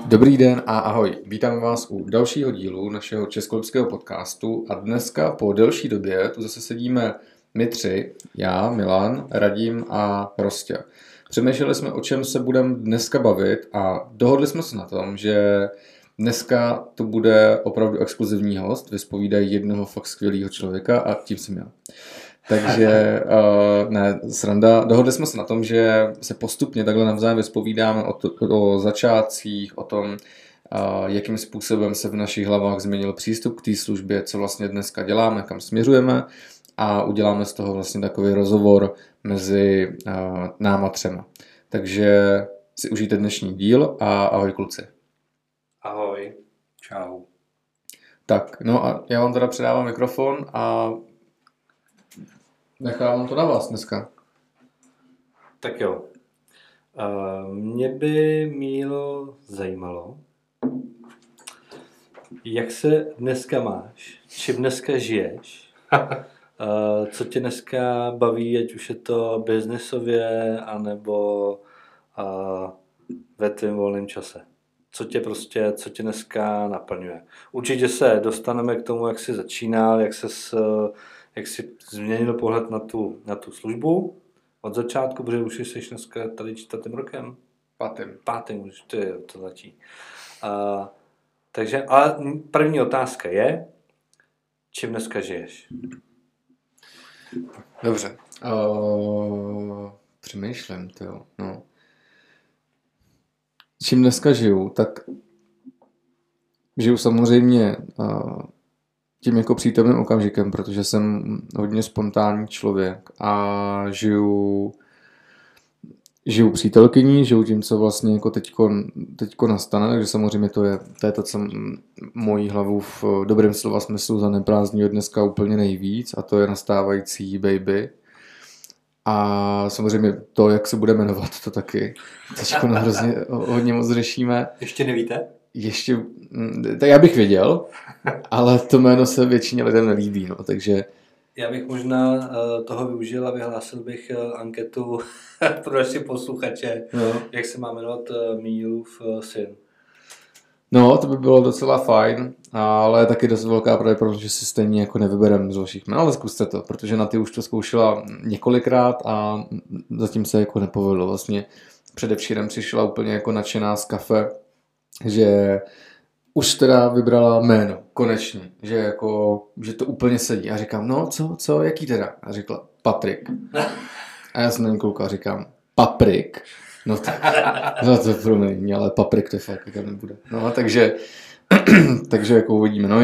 Dobrý den a ahoj. Vítám vás u dalšího dílu našeho českolipského podcastu a dneska po delší době tu zase sedíme my tři, já, Milan, Radim a Rostě. Přemýšleli jsme, o čem se budeme dneska bavit a dohodli jsme se na tom, že dneska to bude opravdu exkluzivní host, vyspovídají jednoho fakt skvělého člověka a tím jsem já. Takže ne, sranda. Dohodli jsme se na tom, že se postupně takhle navzájem vyspovídáme o začátcích, o tom, jakým způsobem se v našich hlavách změnil přístup k té službě, co vlastně dneska děláme, kam směřujeme a uděláme z toho vlastně takový rozhovor mezi náma třema. Takže si užijte dnešní díl a ahoj kluci. Ahoj. Čau. Tak, no a já vám teda předávám mikrofon a nechávám to na vás dneska. Tak jo. Mě by, Mílo, zajímalo, jak se dneska máš, čím dneska žiješ, co tě dneska baví, ať už je to biznesově, anebo ve tvém volném čase. Co tě dneska naplňuje. Určitě se dostaneme k tomu, jak jsi začínal, jak jsi změnil pohled na tu službu od začátku, protože už jsi dneska tady 4. rokem? Pátým už to začí. Takže, ale první otázka je, čím dneska žiješ? Dobře. Přemýšlím, no. Čím dneska žiju, tak žiju samozřejmě tím jako přítomným okamžikem, protože jsem hodně spontánní člověk a žiju přítelkyní, žiju tím, co vlastně jako teďko nastane, takže samozřejmě to je to, co mojí hlavu v dobrém slova smyslu zaneprázdňuje dneska úplně nejvíc a to je nastávající baby. A samozřejmě to, jak se bude jmenovat, to taky teďko hrozně hodně moc řešíme. Ještě nevíte? Tak já bych věděl, ale to jméno se většině lidem nelíbí, no, takže... Já bych možná toho využil a vyhlásil bych anketu pro naše posluchače, jak se má jmenovat Mílův syn. No, to by bylo docela fajn, ale taky dost velká pravděpodobnost, že si stejně jako nevybereme z vašich jmen, ale zkuste to, protože na ty už to zkoušela několikrát a zatím se jako nepovedlo. Vlastně předevčírem přišla úplně jako nadšená z kafe, že už teda vybrala jméno, konečně, že to úplně sedí. A říkám, no co, jaký teda? A řekla, Patrik. A já jsem na ní koukal a říkám, Paprik? No to promiň, ale Paprik to je fakt, jak nebude. No takže jako uvidíme. No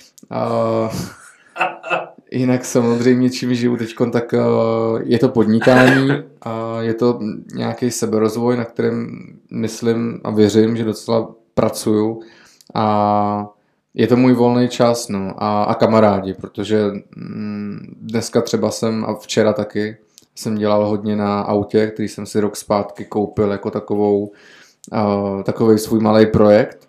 jinak samozřejmě, čím žiju teďkon, tak je to podnikání a je to nějaký seberozvoj, na kterém myslím a věřím, že docela pracuju a je to můj volný čas, no, a kamarádi, protože dneska třeba a včera taky jsem dělal hodně na autě, který jsem si rok zpátky koupil jako takovej svůj malý projekt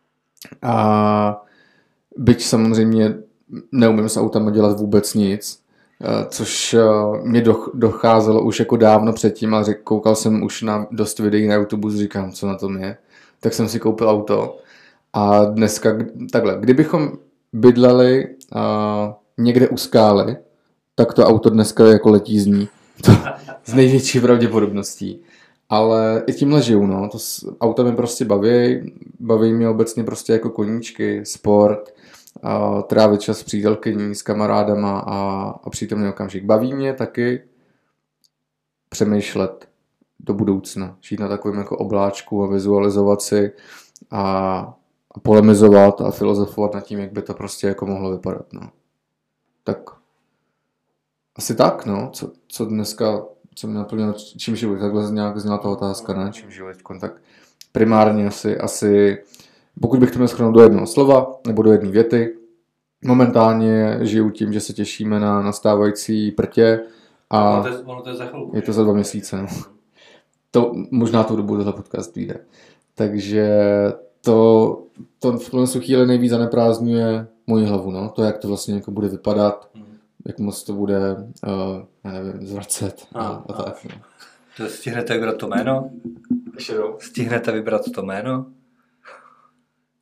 a byť samozřejmě neumím s autama dělat vůbec nic, což mě docházelo už jako dávno předtím, ale koukal jsem už na dost videí na YouTube, říkám, co na tom je, tak jsem si koupil auto a dneska takhle, kdybychom bydleli někde u skály, tak to auto dneska jako letí z ní. To z největší pravděpodobností. Ale i tímhle žiju, no. To auta mě prostě baví mě obecně prostě jako koníčky, sport, trávit čas s přítelkyní, s kamarádama a přítomný okamžik. Baví mě taky přemýšlet do budoucna, žít na takovém jako obláčku a vizualizovat si a polemizovat a filozofovat nad tím, jak by to prostě jako mohlo vypadat, no. Tak asi tak, no, co dneska, co mě naplnilo, čím žiju, takhle nějak zněla ta otázka, ne, čím žiju teďkon, tak primárně asi, pokud bych to měl shrnout do jednoho slova, nebo do jedné věty, momentálně žiju tím, že se těšíme na nastávající prtě a ono to je za chvilku. Je to za 2 měsíce, no. To možná tu dobu tohle podcast vyjde. Takže to v plnou chvíli nejvíc zaneprázdňuje moji hlavu, no, to, jak to vlastně jako bude vypadat, jak moc to bude, já nevím, zvracet a tak. No. To stihnete vybrat to jméno? Stihnete vybrat to jméno?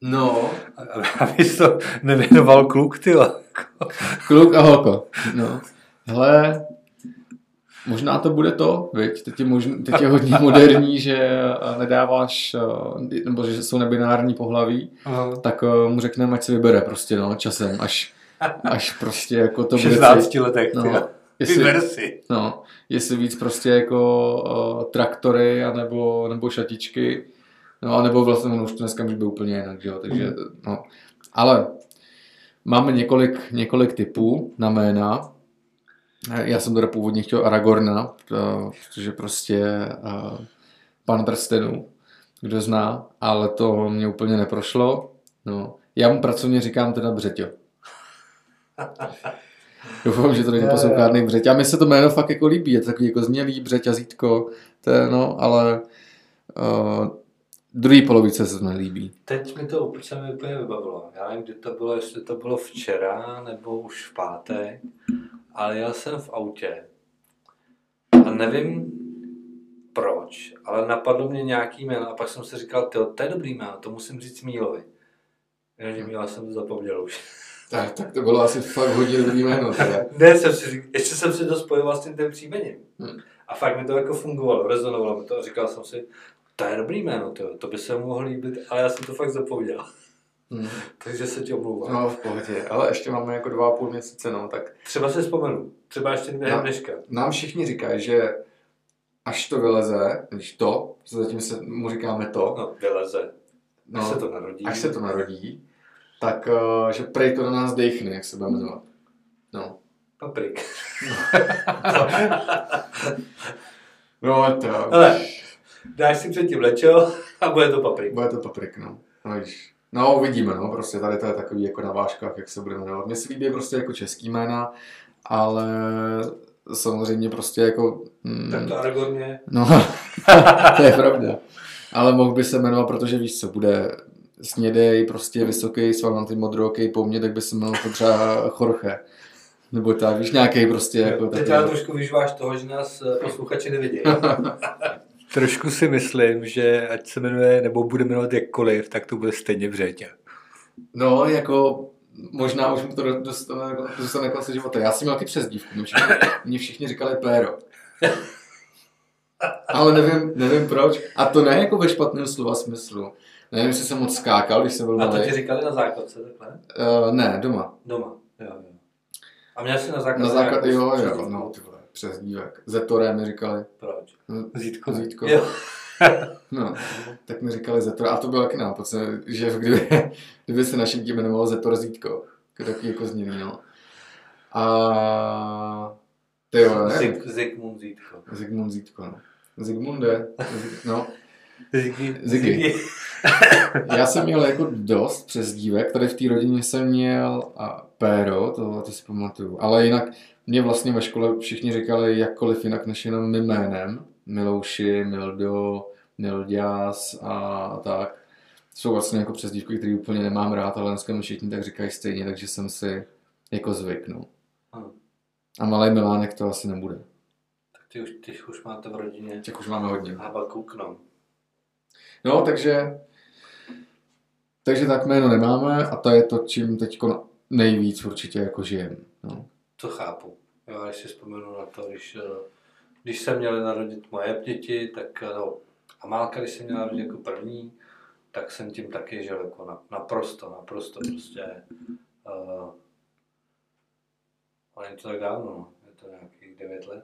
No. Abys to nevěnoval kluk, ty. Kluk a holka. No. Hele, možná to bude to, viď? Teď je hodně moderní, že nedáváš, nebo že jsou nebinární pohlaví, tak mu řekneme, ať se vybere prostě, no, časem, až prostě jako to bude... 16 letech, no, vyber si. No, jestli víc prostě jako traktory, nebo šatičky, no, anebo vlastně už to dneska může být úplně jinak, že jo, takže, no. Ale máme několik typů na jména. Já jsem teda původně chtěl Aragorna, protože prostě Pán prstenů, kdo zná, ale to mě úplně neprošlo. No. Já mu pracovně říkám teda Břeťo. Doufám, že to není poslouchárný Břeť. A mi se to jméno fakt jako líbí, je to takový jako znělý Břeťazítko, no, ale druhý polovice se to nelíbí. Teď mi to úplně vybavilo. Já nevím, kdy to bylo, jestli to bylo včera nebo už v pátek, ale jel jsem v autě a nevím proč, ale napadlo mě nějaký jméno a pak jsem si říkal, to je dobrý jméno, to musím říct Mílovi. Jenomže Míla jsem to zapomněl už. Tak to bylo asi fakt hodně dobrý jméno. Ne, ještě jsem si to spojoval s tím příjmením. A fakt mi to jako fungovalo, rezonovalo mi to a říkal jsem si, to je dobrý jméno, to by se mu mohlo líbit, ale já jsem to fakt zapomněl. Takže se ti omlouvám. No, v pohodě, ale ještě máme jako 2,5 měsíce, no, tak... Třeba si vzpomenu, třeba ještě během dneška. Nám všichni říkají, že až to vyleze, když to, zatím se mu říkáme to... No, vyleze. No, až se to narodí, tak že prej to na nás dejchne, jak se bude jmenovat. No. Paprik. No, to... Hele, dáš si předtím lečo a bude to Paprik. Bude to Paprik, no. No, víš. No, uvidíme, no, prostě tady to je takový jako na vážkách, jak se bude jmenovat. Mně se líbí prostě jako český jména, ale samozřejmě prostě jako... Tak to Aragorně. No, to je pravda. Ale mohl by se jmenovat, protože víš co, bude snědej, prostě vysoký, svalnatý, modrooký po mně, tak by se jmenoval to třeba Jorge. Nebo tak, víš, nějaký prostě jako... Teď já trošku vyžváš toho, že nás posluchači nevidějí. Trošku si myslím, že ať se jmenuje, nebo bude jmenovat jakkoliv, tak to bude stejně Břeťa. No, jako možná už mu to dostane konce života. Já jsem měl taky přezdívku, mě všichni říkali Péro. Ale nevím proč. A to ne jako ve špatném slova smyslu. Nevím, jestli jsem moc skákal, když jsem byl malý. A to ti říkali na základce takhle? Ne, doma. Doma, jo. A měl jsi na základce? Na základce, jo, no, ty vole, přezdívek. Zetore mi říkali. Proč? Zítko. Jo. No, tak mi říkali Zetor. A to byl taky nápad, že kdyby se naším tím jmenovalo Zetor Zítko. Takový jako zněný, no. A... Ty jo, ne? Zigmund Zítko, no. Zigmunde, no. Ziggy. Já jsem měl jako dost přezdívek, tady v té rodině jsem měl Péro, to si pamatuju. Ale jinak mě vlastně ve škole všichni říkali jakkoliv jinak než jenom mým jménem. Milouši, Mildo, Milďas a tak. Jsou vlastně jako přezdívky, které úplně nemám rád, ale dneska mi všichni tak říkají stejně, takže jsem si jako zvyknul. A malý Milánek to asi nebude. Tak ty už máte v rodině. Tak už máme hodně. Hába kouknom. No, takže tak jméno nemáme a to je to, čím teď nejvíc určitě jako žijem. No. To chápu. Já když si vzpomenu na to, když se měly narodit moje děti, tak Amálka, když se měla narodit jako první, tak jsem tím taky žil jako naprosto prostě. Ale je to tak dávno, je to nějakých 9 let.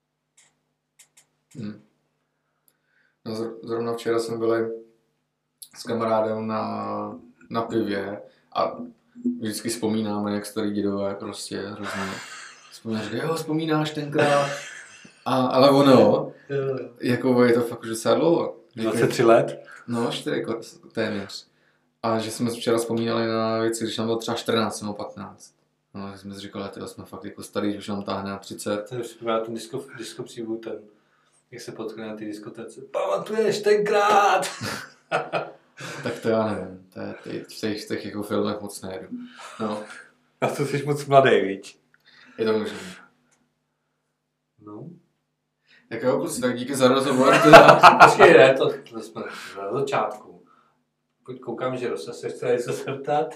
No, zrovna včera jsme byli s kamarádem na pivě a vždycky vzpomínáme, jak starý dědové prostě hrozně. Vzpomínáš tenkrát, ale ono, jako je to fakt už docela dlouho. 23 let? No, 4 téměř. A že jsme včera vzpomínali na věci, když nám bylo třeba 14 nebo 15. No, tak jsme si říkali, že jsme fakt jako starý, že už nám táhne na 30. To je vzpomíná ten disco příběh, ten, jak se potkne na té diskotéce. Pamatuješ tenkrát? Tak to já nevím, v těch jako filmech moc nejedu. No. A to jsi moc mladý, víš? Je to možné. No. Tak jo, kluci, tak díky za rozhovor. Počkej, ne, to jsme na začátku. Koukám, že Rosa se chce něco zeptat.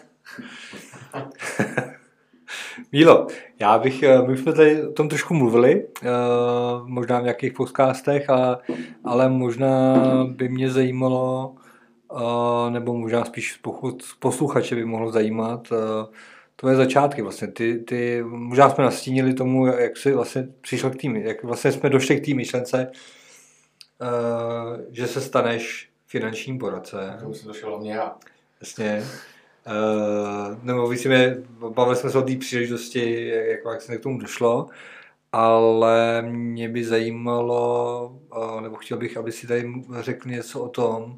Mílo, my jsme tady o tom trošku mluvili, možná v nějakých podcastech, ale možná by mě zajímalo, nebo možná spíš posluchače by mohlo zajímat, tvoje začátky vlastně. Ty možná jsme nastínili tomu, jak jsi vlastně přišel k týmu, jak vlastně jsme došli k té myšlence, že se staneš finančním poradcem. To už jsem došel hlavně já. Jasně. Nebo bavili jsme se o té příležitosti, jak se k tomu došlo, ale mě by zajímalo, nebo chtěl bych, aby si tady řekl něco o tom,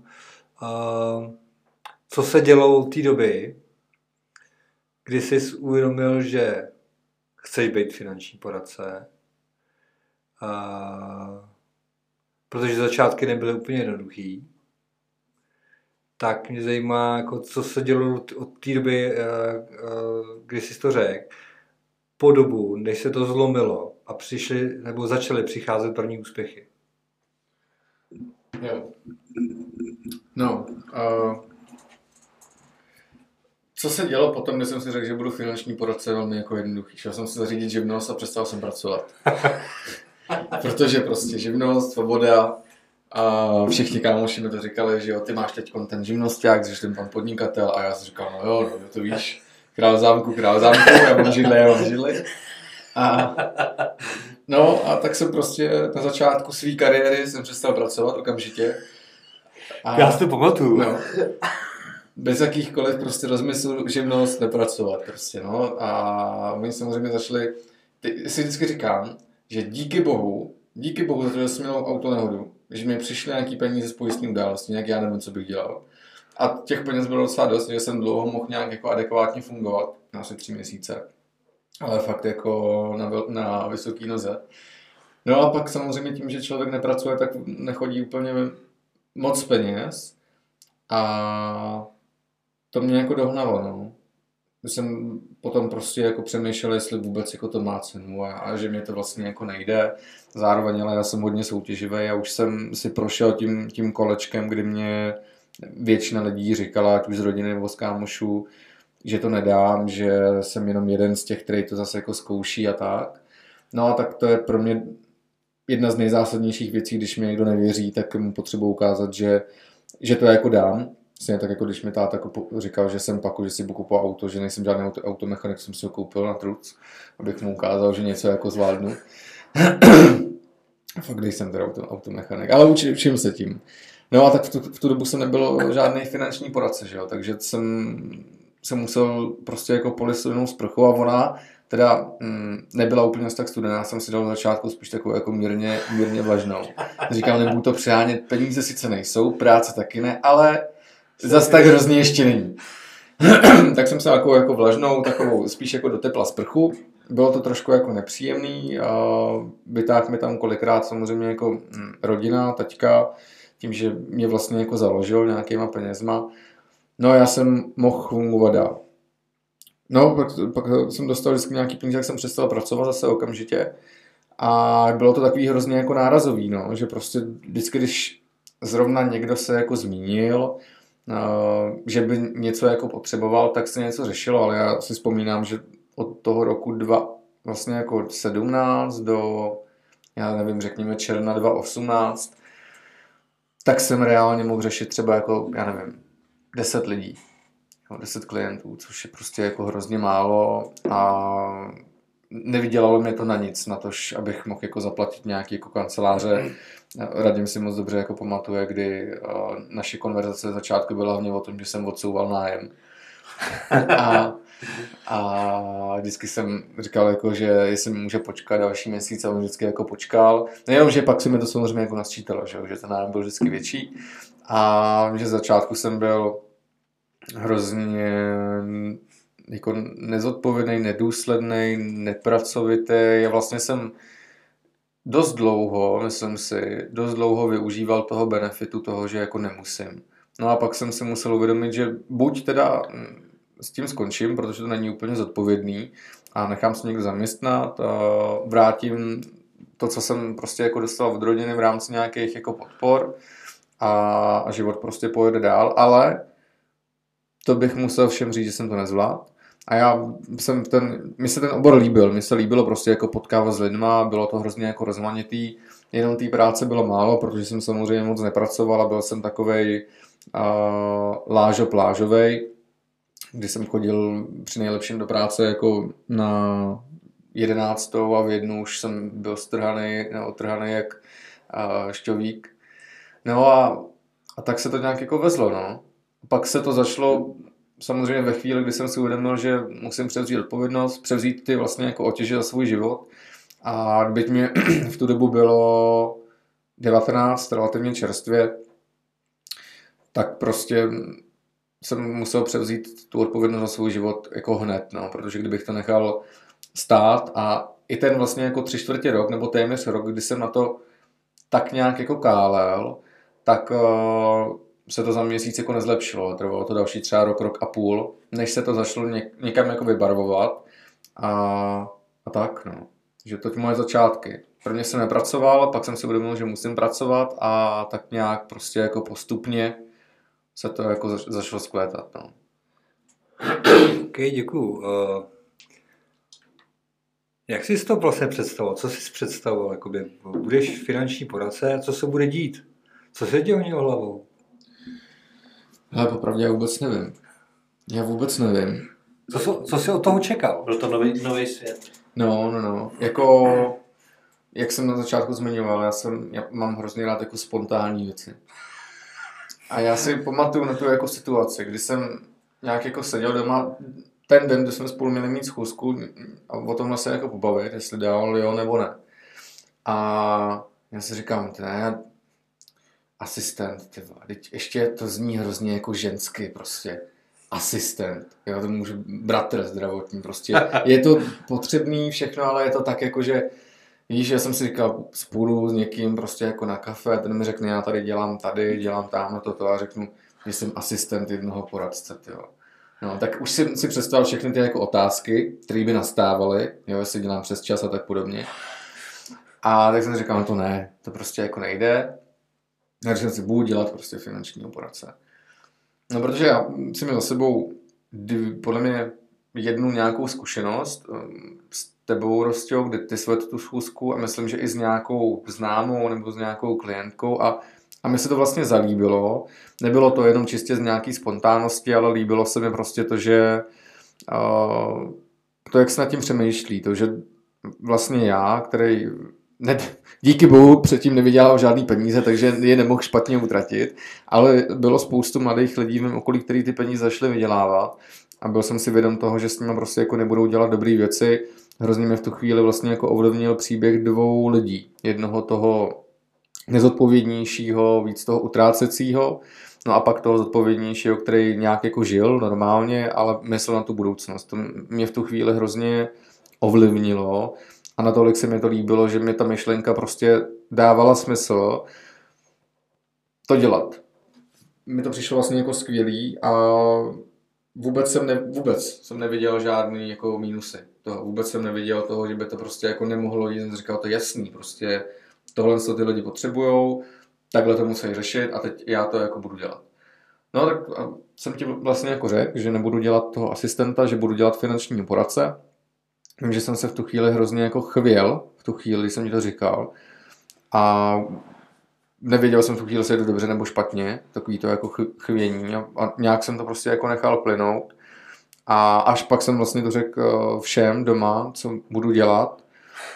co se dělo od té doby, kdy jsi uvědomil, že chceš být finanční poradce, protože začátky nebyly úplně jednoduchý. Tak mě zajímá, jako, co se dělo od té doby, kdy jsi to řekl, po dobu, než se to zlomilo a začaly přicházet první úspěchy. Jo. No, co se dělo potom, když jsem si řekl, že budu finanční poradce, velmi jako jednoduchý. Šel jsem si zařídit živnost a přestal jsem pracovat. Protože prostě živnost, svoboda, a všichni kámoši mi to říkali, že jo, ty máš teď ten živnosták, jsi ten pan podnikatel a já jsem říkal, no jo, no, to víš, král zámku, já mám židli. A tak jsem prostě na začátku své kariéry jsem přestal pracovat okamžitě. Já si to pamatuju. No, bez jakýchkoliv prostě rozmyslů živnost nepracovat prostě, no. A oni samozřejmě začali, si vždycky říkám, že díky bohu za to, že jsem měl autonehodu, že mi přišly nějaký peníze z pojistné události, nějak já nevím, co bych dělal. A těch peněz bylo docela dost, že jsem dlouho mohl nějak jako adekvátně fungovat, asi 3 měsíce. Ale fakt jako na vysoký noze. No a pak samozřejmě tím, že člověk nepracuje, tak nechodí úplně moc peněz. A to mě jako dohnalo, no. Jsem potom prostě jako přemýšlel, jestli vůbec jako to má cenu a že mě to vlastně jako nejde. Zároveň ale já jsem hodně soutěživý a už jsem si prošel tím kolečkem, kdy mě většina lidí říkala, ať už z rodiny nebo z kámošů, že to nedám, že jsem jenom jeden z těch, který to zase jako zkouší a tak. No a tak to je pro mě jedna z nejzásadnějších věcí, když mi někdo nevěří, tak mu potřebuji ukázat, že to jako dám. Stejně tak, jako když mi táta říkal, že jsem paku, že si budu kupovat auto, že nejsem žádný automechanik, jsem si ho koupil na truc, abych mu ukázal, že něco jako zvládnu. Fakt nejsem teda automechanik, ale učím se tím. No a tak v tu dobu jsem nebyl žádný finanční poradce, že jo? Takže jsem musel prostě jako polistovat sprchu a ona teda nebyla úplně tak studená, já jsem si dal na začátku spíš takovou jako mírně vlažnou. Říkám, nebudu to přehánět, peníze sice nejsou, práce taky ne, ale zas tak hrozně ještě není. Tak jsem se jako vlažnou, takovou spíš jako do tepla sprchu. Bylo to trošku jako nepříjemný, vytáhl mi tam kolikrát samozřejmě jako rodina, taťka, tím, že mě vlastně jako založil nějakýma penězma. No a já jsem mohl fungovat dál. No, pak jsem dostal vždycky nějaký peníze, tak jsem přestal pracovat zase okamžitě. A bylo to takový hrozně jako nárazový, no, že prostě vždycky, když zrovna někdo se jako zmínil, že by něco jako potřeboval, tak se něco řešilo, ale já si vzpomínám, že od toho roku vlastně jako 17 do, já nevím, řekněme června 2018, tak jsem reálně mohl řešit třeba jako, já nevím, 10 lidí, 10 klientů, což je prostě jako hrozně málo a nevydělalo mě to na nic, na to, abych mohl jako zaplatit nějaký jako kanceláře. Radim si moc dobře jako pamatuje, kdy naše konverzace začátku byla hlavně o tom, že jsem odsouval nájem. A vždycky jsem říkal, jako, že jestli mi může počkat další měsíc a on vždycky jako počkal. Nejenom, že pak se mi to samozřejmě jako nasčítalo, že ten nájem byl vždycky větší. A že z začátku jsem byl hrozně jako nezodpovědný, nedůsledný, nepracovitý. A vlastně jsem dost dlouho využíval toho benefitu toho, že jako nemusím. No a pak jsem si musel uvědomit, že buď teda s tím skončím, protože to není úplně zodpovědný a nechám se někdo zaměstnat a vrátím to, co jsem prostě jako dostal od rodiny v rámci nějakých jako podpor a život prostě pojede dál, ale to bych musel všem říct, že jsem to nezvládl. A mi se ten obor líbil, mi se líbilo prostě jako potkávat s lidma, bylo to hrozně jako rozmanitý, jenom té práce bylo málo, protože jsem samozřejmě moc nepracoval a byl jsem takovej lážo plážovej, kdy jsem chodil při nejlepším do práce jako na 11. a v 1 už jsem byl otrhaný jak šťovík. No a tak se to nějak jako vezlo, no. Pak se to začalo samozřejmě ve chvíli, kdy jsem si uvědomil, že musím převzít odpovědnost, převzít ty vlastně jako otěže za svůj život. A byť mě v tu dobu bylo 19, relativně čerstvě, tak prostě jsem musel převzít tu odpovědnost za svůj život jako hned, no, protože kdybych to nechal stát a i ten vlastně jako 3/4 rok, nebo téměř rok, kdy jsem na to tak nějak jako kálel, tak se to za měsíc jako nezlepšilo. Trvalo to další třeba rok a půl, než se to začalo někam jako vybarvovat a tak, no. Že to moje začátky. Prvně jsem nepracoval, pak jsem si uvědomil, že musím pracovat a tak nějak prostě jako postupně se to jako začalo sklétat, no. OK, děkuju. Jak jsi to vlastně představoval? Co jsi představoval? Jakoby, budeš finanční poradce, co se bude dít? Co se děje o hlavou? Ale popravdě já vůbec nevím. Co jsi od toho čekal? Byl to nový svět. No. Jako, jak jsem na začátku zmiňoval, já mám hrozně rád jako spontánní věci. A já si pamatuju na tu jako situaci, kdy jsem nějak jako seděl doma ten den, kdy jsme spolu měli mít schůzku a o tomhle se jako pobavit, jestli dál jo nebo ne. A já si říkám, asistent, ty vole, teď ještě to zní hrozně jako žensky prostě. Asistent, jo, to může bratr zdravotní, prostě je to potřebný všechno, ale je to tak jako, že víš, já jsem si říkal, spolu s někým prostě jako na kafe a ten mi řekne, já tady dělám tamhle toto a řeknu, že jsem asistent jednoho poradce, jo. No, tak už si představil všechny ty jako otázky, které by nastávaly, jo, jestli dělám přes čas a tak podobně. A tak jsem si říkal, no to ne, to prostě jako nejde. Já říkám si, budu dělat prostě finančního poradce. No, protože já si měl za sebou podle mě jednu nějakou zkušenost s tebou, Rosťo, kdy ty jsi vedl tu schůzku a myslím, že i s nějakou známou nebo s nějakou klientkou a mi se to vlastně zalíbilo. Nebylo to jenom čistě z nějaký spontánnosti, ale líbilo se mi prostě to, že to, jak se nad tím přemýšlí, to, že vlastně já, který díky bohu předtím nevydělal žádný peníze, takže je nemohl špatně utratit, ale bylo spoustu mladých lidí v mém okolí, kteří ty peníze začali vydělávat a byl jsem si vědom toho, že s nimi prostě jako nebudou dělat dobré věci. Hrozně mě v tu chvíli vlastně jako ovlivnil příběh 2 lidí. Jednoho toho nezodpovědnějšího, víc toho utrácecího, no a pak toho zodpovědnějšího, který nějak jako žil normálně, ale myslel na tu budoucnost. To mě v tu chvíli hrozně ovlivnilo a natolik se mi to líbilo, že mě ta myšlenka prostě dávala smysl to dělat. Mi to přišlo vlastně jako skvělý a vůbec jsem neviděl žádný jako mínusy. Vůbec jsem neviděl toho, že by to prostě jako nemohlo jít. Jsem říkal, to je jasný, prostě tohle ty lidi potřebujou, takhle to musí řešit a teď já to jako budu dělat. No tak jsem ti vlastně jako řekl, že nebudu dělat toho asistenta, že budu dělat finanční poradce. Vím, že jsem se v tu chvíli hrozně jako chvěl, v tu chvíli, když jsem ti to říkal. A nevěděl jsem v tu chvíli, jestli je to dobře nebo špatně, takový to jako chvění a nějak jsem to prostě jako nechal plynout. A až pak jsem vlastně to řekl všem doma, co budu dělat.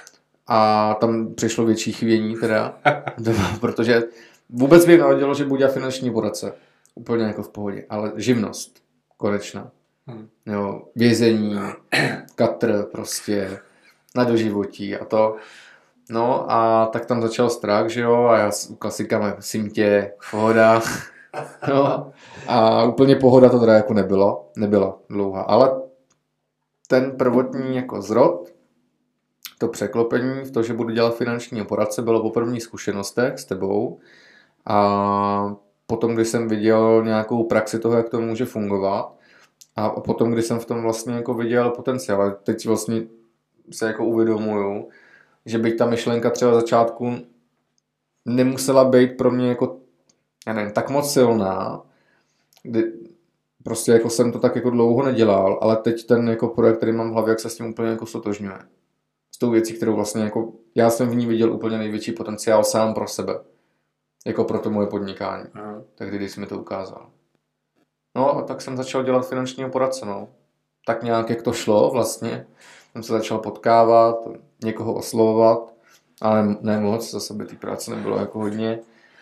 A tam přišlo větší chvění teda, protože vůbec mě nevadilo, že budu dělat finanční poradce. Úplně jako v pohodě, ale živnost, konečná. Jo, vězení, katr prostě, na doživotí a to. No a tak tam začal strach, že jo, a já s klasikama simtě, pohoda. No, a úplně pohoda to teda jako nebyla dlouhá, ale ten prvotní jako zrod, to překlopení v to, že budu dělat finanční poradce, bylo po prvních zkušenostech s tebou a potom, když jsem viděl nějakou praxi toho, jak to může fungovat a potom, když jsem v tom vlastně jako viděl potenciál, ale teď vlastně se jako uvědomuju, že byť ta myšlenka třeba začátku nemusela být pro mě jako, já nevím, tak moc silná, prostě jako jsem to tak jako dlouho nedělal, ale teď ten jako projekt, který mám v hlavě, jak se s tím úplně jako stotožňuje. S tou věcí, kterou vlastně jako, já jsem v ní viděl úplně největší potenciál sám pro sebe. Jako pro to moje podnikání. Aha. Tak když jsi mi to ukázal. No a tak jsem začal dělat finančního poradce, no. Tak nějak jak to šlo vlastně. Jsem se začal potkávat, někoho oslovovat, ale ne moc, zase by té práce nebylo jako hodně.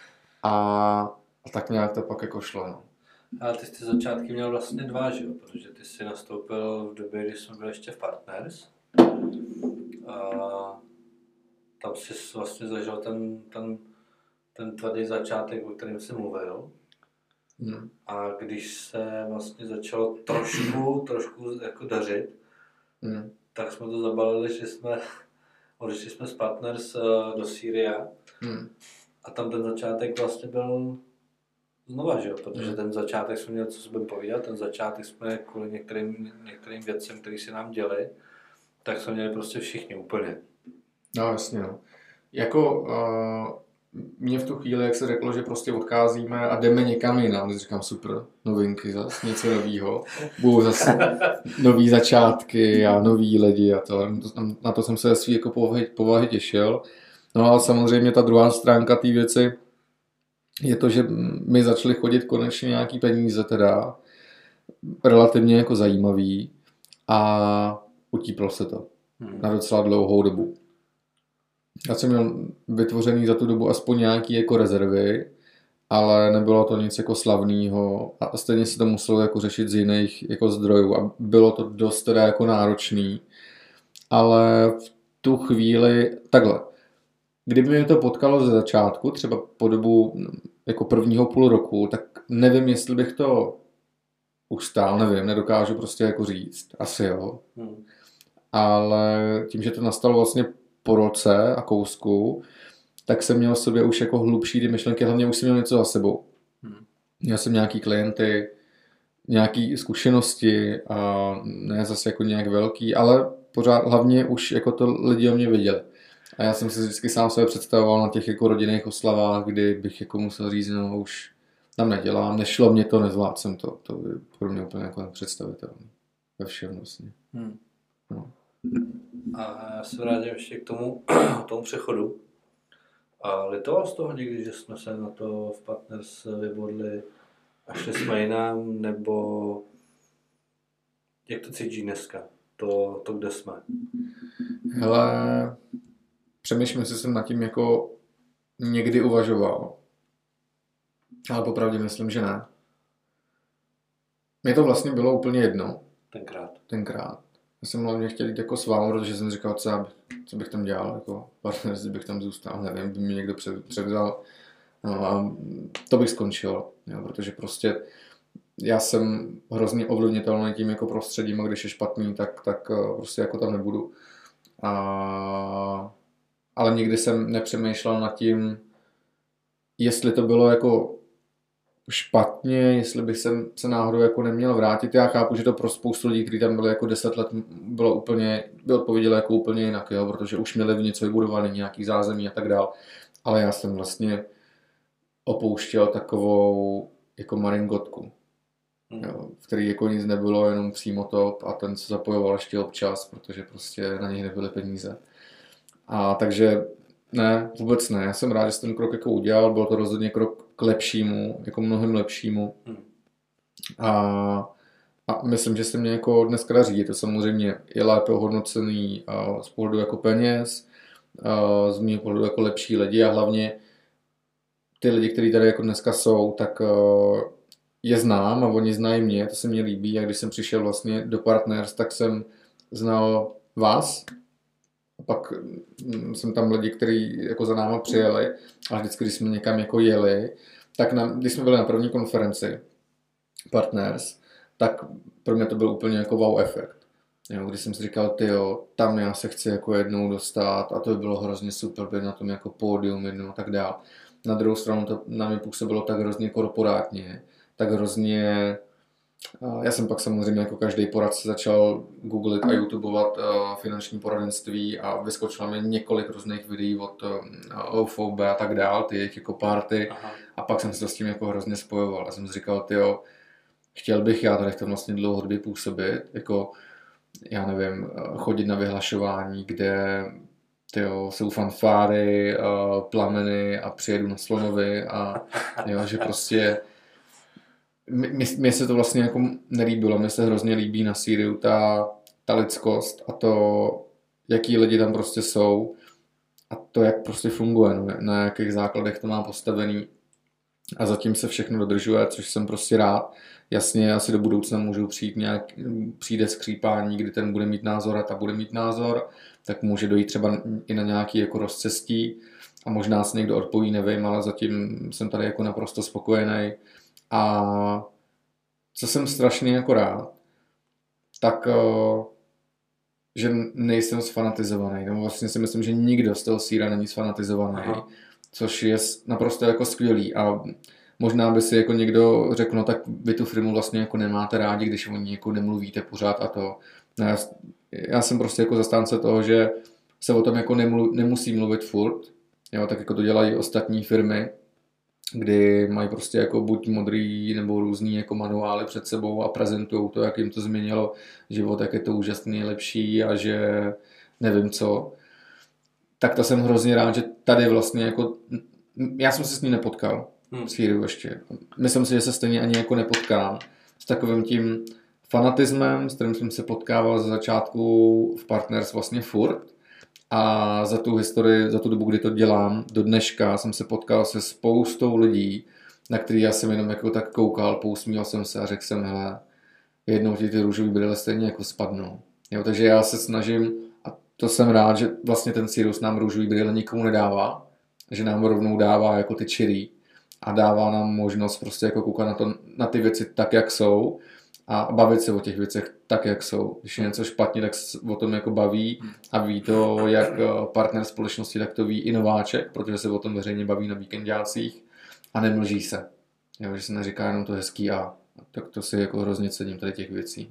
A tak nějak to pak jako šlo, no. Ale ty začátky měl vlastně 2, že jo? Protože ty jsi nastoupil v době, kdy jsme byli ještě v Partners. A tam jsi vlastně zažil ten tvrdý začátek, o kterém jsi mluvil. A když se vlastně začalo trošku jako dařit, tak jsme to zabalili, že jsme odešli jsme z Partners do Sýrie. A tam ten začátek vlastně byl znova, že jo? Protože ten začátek jsme měli co se budeme povídat, ten začátek jsme kvůli některým věcem, které si nám děli, tak jsme měli prostě všichni úplně. No jasně, no. Jako mě v tu chvíli, jak se řeklo, že prostě odcházíme a jdeme někam jinam, tak říkám super, novinky zase, něco novýho, budou zase nový začátky a nový lidi a to. Na to jsem se svý jako povahy těšil. No a samozřejmě ta druhá stránka té věci je to, že mi začaly chodit konečně nějaký peníze teda, relativně jako zajímavý a utíplo se to na docela dlouhou dobu. Já jsem měl vytvořený za tu dobu aspoň nějaký jako rezervy, ale nebylo to nic jako slavného a stejně se to muselo jako řešit z jiných jako zdrojů a bylo to dost teda jako náročný, ale v tu chvíli takhle. Kdyby mě to potkalo ze začátku, třeba po dobu jako prvního půl roku, tak nevím, jestli bych to ustál, nevím, nedokážu prostě jako říct, asi jo. Ale tím, že to nastalo vlastně po roce a kousku, tak jsem měl v sobě už jako hlubší ty myšlenky, hlavně už jsem měl něco za sebou. Měl jsem nějaký klienty, nějaký zkušenosti a ne zase jako nějak velký, ale pořád hlavně už jako to lidi o mě věděli. A já jsem si vždycky sám sebe představoval na těch jako rodinných oslavách, kdy bych jako musel říct, no už tam nedělám, nešlo mě to, nezvládl jsem to. To je pro mě úplně jako nepředstavitelné. Ve všem vlastně. No. A já se vrátím ještě k tomu přechodu. A litoval z toho někdy, že jsme se na to v Partners vybodli a šli jsme jinam, nebo jak to cítíš dneska? To kde jsme? Hele, přemýšlím, jestli jsem nad tím jako někdy uvažoval. Ale popravdě myslím, že ne. Mně to vlastně bylo úplně jedno. Tenkrát. Já jsem hlavně chtěl jít jako s vámi, protože jsem říkal, co bych tam dělal, jako Partners, bych tam zůstal, nevím, by mě někdo převzal. No a to bych skončil, jo, protože prostě já jsem hrozně ovlivnitelný tím jako prostředím a když je špatný, tak prostě jako tam nebudu. Ale nikdy jsem nepřemýšlel nad tím, jestli to bylo jako špatně, jestli bych se náhodou jako neměl vrátit. Já chápu, že to pro spoustu lidí, kteří tam byli jako 10 let, by odpověděli jako úplně jinak, jo, protože už měli v něco vybudované, nějaký zázemí a tak dál. Ale já jsem vlastně opouštěl takovou jako maringotku, jo, v který jako nic nebylo, jenom přímo top a ten se zapojoval ještě občas, protože prostě na něj nebyly peníze. A takže ne, vůbec ne. Já jsem rád, že jsem ten krok jako udělal, byl to rozhodně krok k lepšímu, jako mnohem lepšímu. A myslím, že se mě jako dneska daří. Je to samozřejmě je lépe ohodnocený z pohledu jako peněz, z mého pohledu jako lepší lidi a hlavně ty lidi, kteří tady jako dneska jsou, tak je znám a oni znají mě, to se mně líbí. A když jsem přišel vlastně do Partners, tak jsem znal vás. A pak jsem tam lidi, kteří jako za náma přijeli a vždycky, když jsme někam jako jeli, tak když jsme byli na první konferenci Partners, tak pro mě to byl úplně jako wow efekt. Jo, když jsem si říkal, tyjo, tam já se chci jako jednou dostat a to by bylo hrozně super, být na tom jako pódium jednou a tak dál. Na druhou stranu to na mě působilo tak hrozně korporátně, tak hrozně. Já jsem pak samozřejmě jako každý poradce začal googlit a youtubovat finanční poradenství a vyskočilo mi několik různých videí od OFOB a tak dál, ty jejich jako party. A pak jsem se to s tím jako hrozně spojoval a jsem si říkal, tyjo, chtěl bych já tady v tom vlastně dlouhodobě působit, jako já nevím, chodit na vyhlašování, kde jsou fanfáry, plameny a přijedu na slonovi a jo, že prostě mně se to vlastně jako nelíbilo, mně se hrozně líbí na Siriu ta lidskost a to, jaký lidi tam prostě jsou a to, jak prostě funguje, no, na jakých základech to má postavený a zatím se všechno dodržuje, což jsem prostě rád. Jasně, asi do budoucna můžou přijde skřípání, kdy ten bude mít názor a ta bude mít názor, tak může dojít třeba i na nějaký jako rozcestí a možná se někdo odpoví, nevím, ale zatím jsem tady jako naprosto spokojený. A co jsem strašně jako rád, tak že nejsem sfanatizovaný, nebo vlastně si myslím, že nikdo z toho síra není sfanatizovaný, což je naprosto jako skvělý a možná by si jako někdo řekl, no tak vy tu firmu vlastně jako nemáte rádi, když o ní jako nemluvíte pořád a to. No já jsem prostě jako zastánce toho, že se o tom jako nemusí mluvit furt, jo, tak jako to dělají ostatní firmy, kdy mají prostě jako buď modrý nebo různý jako manuály před sebou a prezentují to, jak jim to změnilo život, jak je to úžasný, lepší a že nevím co. Tak to jsem hrozně rád, že tady vlastně jako, já jsem se s ní nepotkal, s Siriu ještě. Myslím si, že se stejně ani jako nepotkám s takovým tím fanatismem, s kterým jsem se potkával ze začátku v Partners vlastně furt. A za tu historii, za tu dobu, kdy to dělám, do dneška jsem se potkal se spoustou lidí, na který já jsem jenom jako tak koukal, pousmíval jsem se a řekl jsem, hele, jednou ty růžový brýle stejně jako spadnou. Jo, takže já se snažím, a to jsem rád, že vlastně ten Sirius nám růžový brýle nikomu nedává, že nám rovnou dává jako ty čirý a dává nám možnost prostě jako koukat na ty věci tak, jak jsou a bavit se o těch věcech tak, jak jsou. Když je něco špatně, tak o tom jako baví a ví to jak partner společnosti, tak to ví i nováček, protože se o tom veřejně baví na víkendácích a nemlží se. Jo, že se neříká jenom to hezký a tak to si jako hrozně cením tady těch věcí.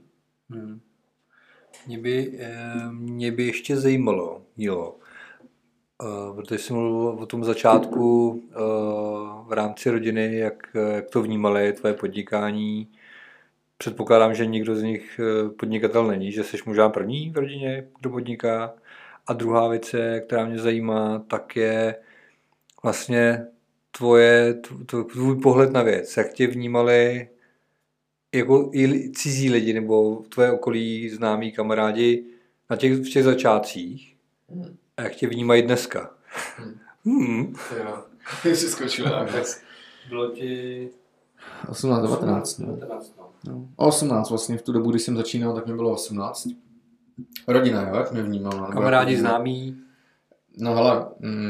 Mě by ještě zajímalo, protože jsem mluvil o tom začátku v rámci rodiny, jak to vnímali tvoje podnikání. Předpokládám, že nikdo z nich podnikatel není, že jsi možná první v rodině, kdo podniká. A druhá věc, která mě zajímá, tak je vlastně tvůj pohled na věc. Jak tě vnímali jako i cizí lidi nebo tvoje okolí, známí kamarádi v těch začátcích a jak tě vnímají dneska. Jo, jsi skočil na hlas. Bylo ti 18, 19. No. 18 vlastně v tu dobu, když jsem začínal, tak mi bylo 18. Rodina, jo, jak mě vnímala. Kamarádi, známí. No hele,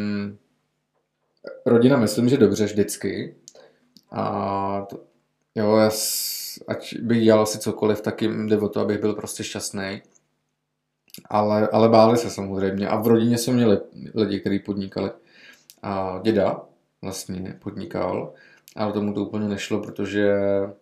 rodina myslím, že dobře vždycky. A jo, ať bych dělal asi cokoliv, tak jim jde o to, abych byl prostě šťastný. Ale báli se samozřejmě. A v rodině jsme měli lidi, kteří podnikali. A děda vlastně podnikal, ale tomu to úplně nešlo, protože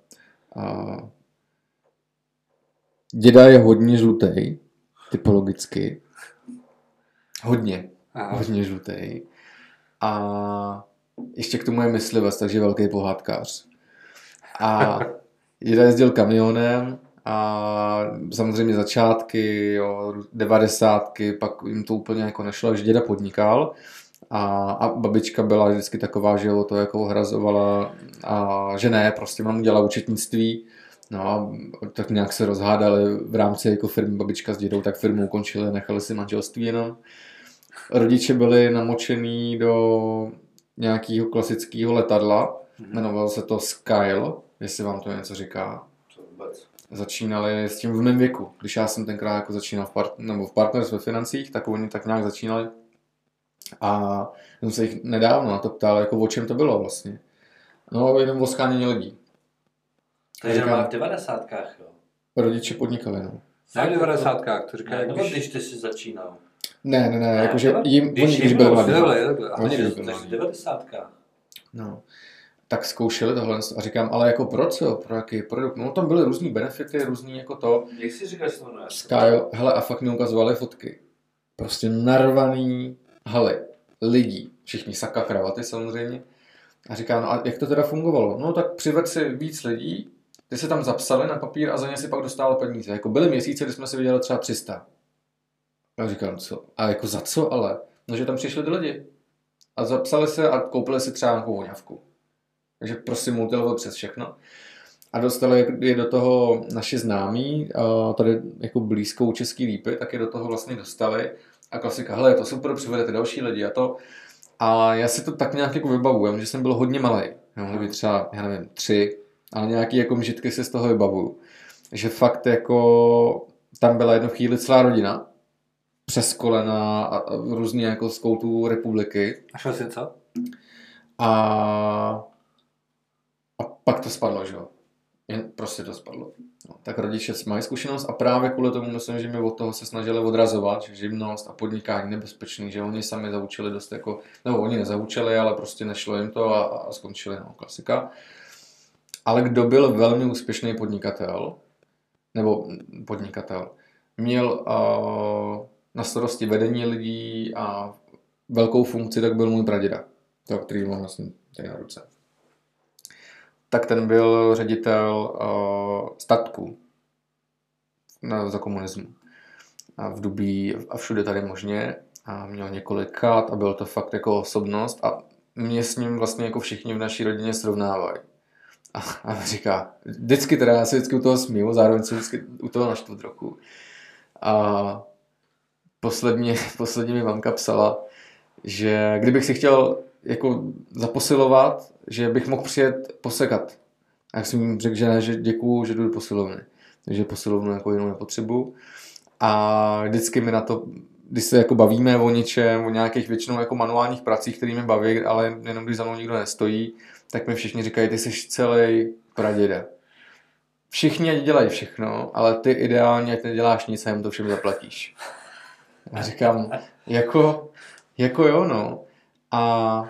děda je hodně žlutej, typologicky. Hodně žlutej. A ještě k tomu je myslivec, takže velký pohádkář. A děda jezdil kamionem a samozřejmě začátky, jo, 90, pak jim to úplně jako nešlo, že děda podnikal. A babička byla vždycky taková, že ho to jako ohrazovala a že ne, prostě mám dělala účetnictví. No a tak nějak se rozhádali v rámci jako firmy babička s dědou, tak firmu ukončili a nechali si manželství jenom. Rodiče byli namočený do nějakého klasického letadla, jmenovalo se to Skyle, jestli vám to něco říká. Začínali s tím v mém věku, když já jsem tenkrát jako začínal v Partners ve financích, tak oni tak nějak začínali. A jsem se jich nedávno na to ptal, jako o čem to bylo vlastně. No, jenom o shánění lidí. Takže v 90kách, jo? Rodiče podnikali, no. Ne v 90kách, to říká, nebo když ty jsi začínal. Ne, jakože když byli mladí. V 90kách. No, tak zkoušeli tohle a říkám, ale jako pro co? Pro jaký produkt? No, tam byly různý benefity, různý jako to. Jak jsi říkal, že to jmenuje? Skyle, hele, a fakt mi ukazovali fotky. Prostě narvaný, hele, lidí, všichni saka kravaty samozřejmě. A říká, no a jak to teda fungovalo? No tak přived si víc lidí, ty se tam zapsali na papír a za ně si pak dostal peníze. Jako byly měsíce, kdy jsme si vydělali třeba 300. A říkám, co? A jako za co ale? No, že tam přišli ty lidi. A zapsali se a koupili si třeba nějakou voňavku. Takže prostě multilevel přes všechno. A dostali je do toho naši známí, tady jako blízkou Český Lípy, tak je do toho vlastně dostali. A klasika, hele, je to super, přivedete další lidi a to. A já si to tak nějak jako vybavuju, že jsem byl hodně malý. Mohli být třeba, já nevím, 3, ale nějaký jako mžitky si z toho vybavuju. Že fakt jako tam byla jednu chvíli celá rodina přes kolena a různě jako z koutů republiky. A šel jsi co? A pak to spadlo, že jo. Jen prostě to spadlo. No, tak rodiče mají zkušenost a právě kvůli tomu myslím, že mě od toho se snažili odrazovat, že živnost a podnikání nebezpečný, že oni sami zaučili dost jako, nebo oni nezaučili, ale prostě nešlo jim to a skončili, no, klasika. Ale kdo byl velmi úspěšný podnikatel, měl na starosti vedení lidí a velkou funkci, tak byl můj praděda, který mám vlastně tady na ruce. Tak ten byl ředitel statku za komunismu. A v Dubí a všude tady možně. A měl několik chat a byl to fakt jako osobnost. A mě s ním vlastně jako všichni v naší rodině srovnávají. A říká, vždycky teda, já se vždycky u toho smiju, zároveň se vždycky u toho naštvu trochu. A posledně mi mamka psala, že kdybych si chtěl jako zaposilovat, že bych mohl přijet posekat. A jak jsem jim řekl, že ne, že děkuju, že jdu do posilovny. Takže posilovnu jako jinou nepotřebuji. A vždycky mi na to, když se jako bavíme o něčem, o nějakých většinou jako manuálních pracích, které mě baví, ale jenom když za mnou nikdo nestojí, tak mi všichni říkají, ty jsi celý praděda. Všichni ať dělají všechno, ale ty ideálně, ať neděláš nic a jim to všem zaplatíš. A říkám, jako jo, no. A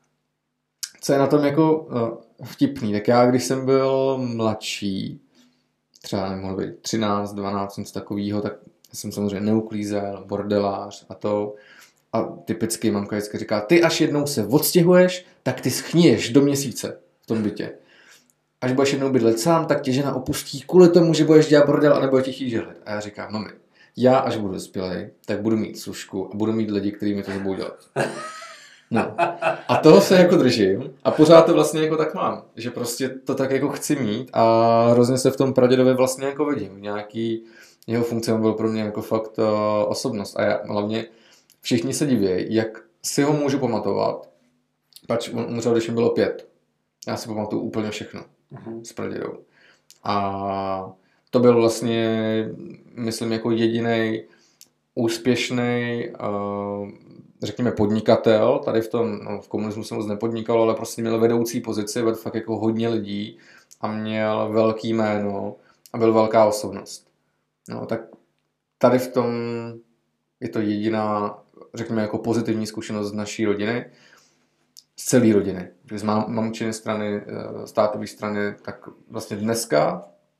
co je na tom jako vtipný, tak já, když jsem byl mladší, třeba nemohl být 13, 12, něco takového, tak jsem samozřejmě neuklízel, bordelář a to. A typicky mamka vždycky říká, ty až jednou se odstěhuješ, tak ty schniješ do měsíce v tom bytě. Až budeš jednou bydlet sám, tak tě žena opustí kvůli tomu, že budeš dělat bordel a nebo tě chtít žehlit. A já říkám, mami, já až budu dospělej, tak budu mít služku a budu mít lidi, kteří mi to budou dělat. No. A toho se jako držím a pořád to vlastně jako tak mám, že prostě to tak jako chci mít a hrozně se v tom pradědovi vlastně jako vidím. Nějaký jeho funkce byl pro mě jako fakt osobnost a já hlavně všichni se diví, jak si ho můžu pamatovat, pač on umřel, když mi bylo 5. Já si pamatuju úplně všechno s pradědou. A to byl vlastně, myslím, jako jedinej úspěšný, řekněme, podnikatel. Tady v komunismu jsem moc nepodnikal, ale prostě měl vedoucí pozici, vedl fakt jako hodně lidí a měl velký jméno a byl velká osobnost. No, tak tady v tom je to jediná, řekněme, jako pozitivní zkušenost z naší rodiny, z celé rodiny. Z mamčiny strany, z tátové strany, tak vlastně dneska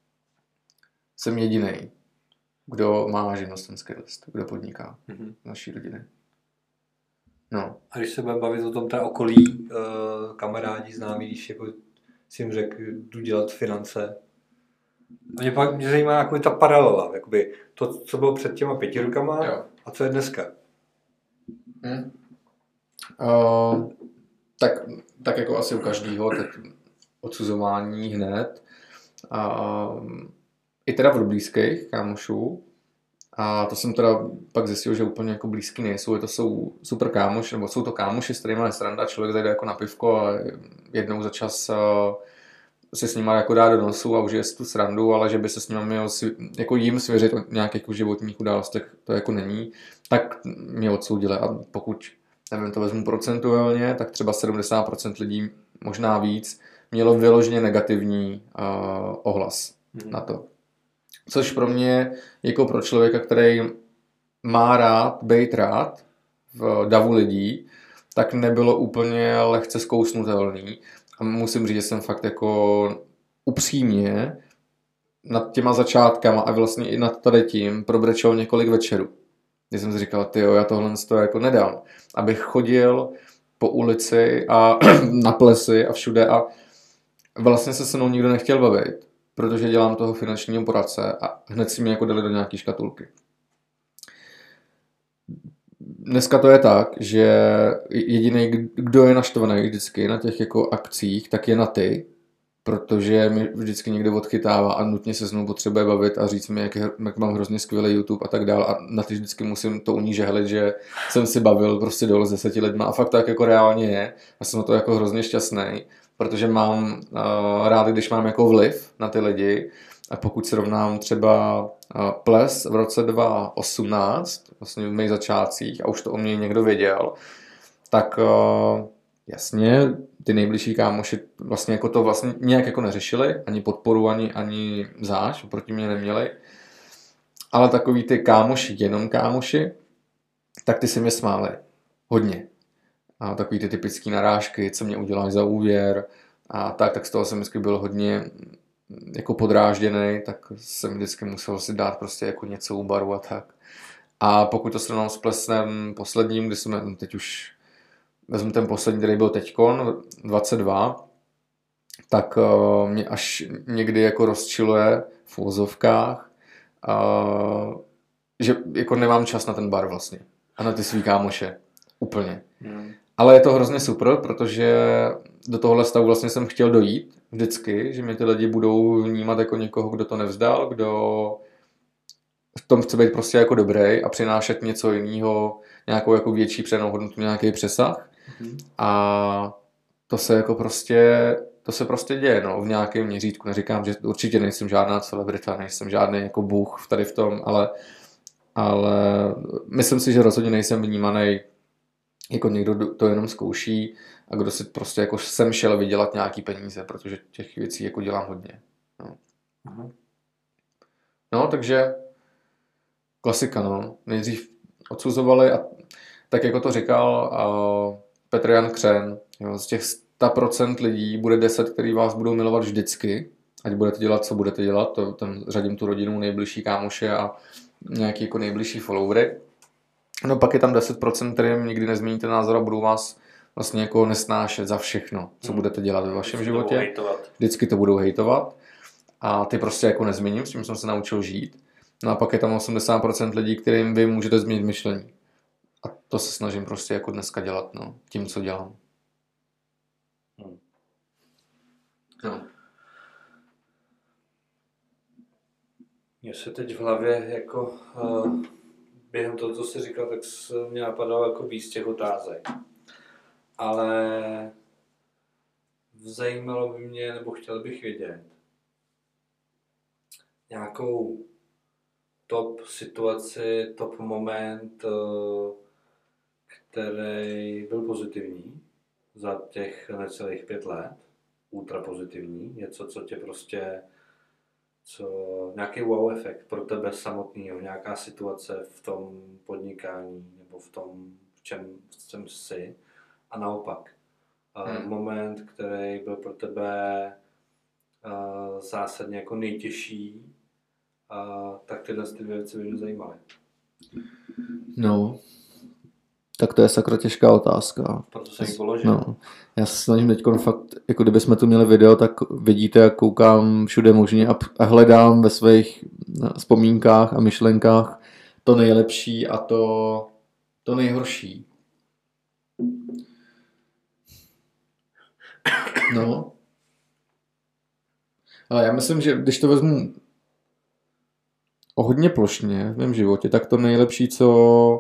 jsem jedinej, kdo má živnostenský list, kdo podniká z naší rodiny. No. A když se budeme bavit o tom teda okolí, kamarádi, známí, když jako si jim řekl, jdu dělat finance. A mě zajímá jako ta paralela, jakoby to, co bylo před těma 5 rokama, jo. A co je dneska. Tak jako asi u každého, tak odsuzování hned. I teda od blízkých kámošů. A to jsem teda pak zjistil, že úplně jako blízký nejsou. To jsou super kámoši, nebo jsou to kámoši, s kterými je sranda. Člověk zajde jako na pivko a jednou za čas se s nima jako dá do nosu a užije si tu srandu, ale že by se s nimi měl jako jim svěřit o nějakých jako životních událostech, to jako není. Tak mě odsoudili a pokud, nevím, to vezmu procentuálně, tak třeba 70% lidí, možná víc, mělo vyloženě negativní ohlas na to. Což pro mě, jako pro člověka, který má rád, být rád v davu lidí, tak nebylo úplně lehce zkousnutelný. A musím říct, že jsem fakt jako upřímně nad těma začátkama a vlastně i nad tady tím probrečel několik večerů. Kdy jsem si říkal, tyjo, já tohle jako nedám. Abych chodil po ulici a na plesy a všude a vlastně se mnou nikdo nechtěl bavit. protože dělám toho finančního poradce a hned si mě jako dali do nějaký škatulky. Dneska to je tak, že jediný, kdo je naštvaný vždycky na těch jako akcích, tak je na ty, protože mi vždycky někdo odchytává a nutně se znovu potřebuje bavit a říct mi, jak mám hrozně skvělý YouTube a tak dál a na ty vždycky musím to unížehlit, že jsem si bavil prostě dole s 10 lidma a fakt tak jako reálně je a jsem na to jako hrozně šťastný, protože mám rád, když mám jako vliv na ty lidi a pokud srovnám třeba ples v roce 2018, vlastně v mých začátcích a už to o mě někdo věděl, tak jasně, ty nejbližší kámoši vlastně jako to vlastně nějak jako neřešili, ani podporu, ani záš, proti mě neměli. Ale takový ty kámoši, jenom kámoši, tak ty se mě smáli. Hodně. A takový ty typický narážky, co mě uděláš za úvěr a tak z toho jsem vždycky byl hodně jako podrážděný, tak jsem vždycky musel si dát prostě jako něco u baru a tak. A pokud to srovnám s plesem posledním, kdy jsme teď už vezmu ten poslední, který byl teďkon, 22, tak mě až někdy jako rozčiluje v uvozovkách, že jako nemám čas na ten bar vlastně a na ty svý kámoše. Úplně. Ale je to hrozně super, protože do tohohle stavu vlastně jsem chtěl dojít vždycky, že mě ty lidi budou vnímat jako někoho, kdo to nevzdal, kdo v tom chce být prostě jako dobrý a přinášet něco jiného, nějakou jako větší přenou hodnotu, nějaký přesah. A to se jako prostě děje, no, v nějakém měřítku. Neříkám, že určitě nejsem žádná celebrita, nejsem žádný jako bůh tady v tom, ale myslím si, že rozhodně nejsem vnímaný jako někdo, kdo to jenom zkouší a kdo si prostě jako sem šel vydělat nějaký peníze, protože těch věcí jako dělám hodně. No, no takže klasika, no. Nejdřív odsuzovali a tak jako to říkal Petr Jan Křen, jo, z těch 100% lidí bude 10, který vás budou milovat vždycky, ať budete dělat, co budete dělat, tam řadím tu rodinu, nejbližší kámoše a nějaký jako nejbližší followery. No pak je tam 10%, kterým nikdy nezměníte názor a budou vás vlastně jako nesnášet za všechno, co budete dělat ve vašem životě. Vždycky to budou hejtovat a ty prostě jako nezměním, s tím jsem se naučil žít. No a pak je tam 80% lidí, kterým vy můžete změnit myšlení. A to se snažím prostě jako dneska dělat, no, tím, co dělám. No. Mně se teď v hlavě jako během toho, co jsi říkal, tak mě napadalo jako víc těch otázek. Ale zajímalo by mě, nebo chtěl bych vědět, nějakou top situaci, top moment, který byl pozitivní za těch necelých 5 let, ultra pozitivní, něco, co tě prostě, nějaký wow efekt pro tebe samotného, nějaká situace v tom podnikání nebo v tom, v čem jsi a naopak. Moment, který byl pro tebe zásadně jako nejtěžší, tak tyhle ty věci by mě zajímaly. No, tak to je sakra těžká otázka. Proto jsem ji položil. No, já se snažím teď fakt, jako kdybychom tu měli video, tak vidíte, jak koukám všude možně a hledám ve svých vzpomínkách a myšlenkách to nejlepší a to nejhorší. No. Ale já myslím, že když to vezmu hodně plošně v mém životě, tak to nejlepší, co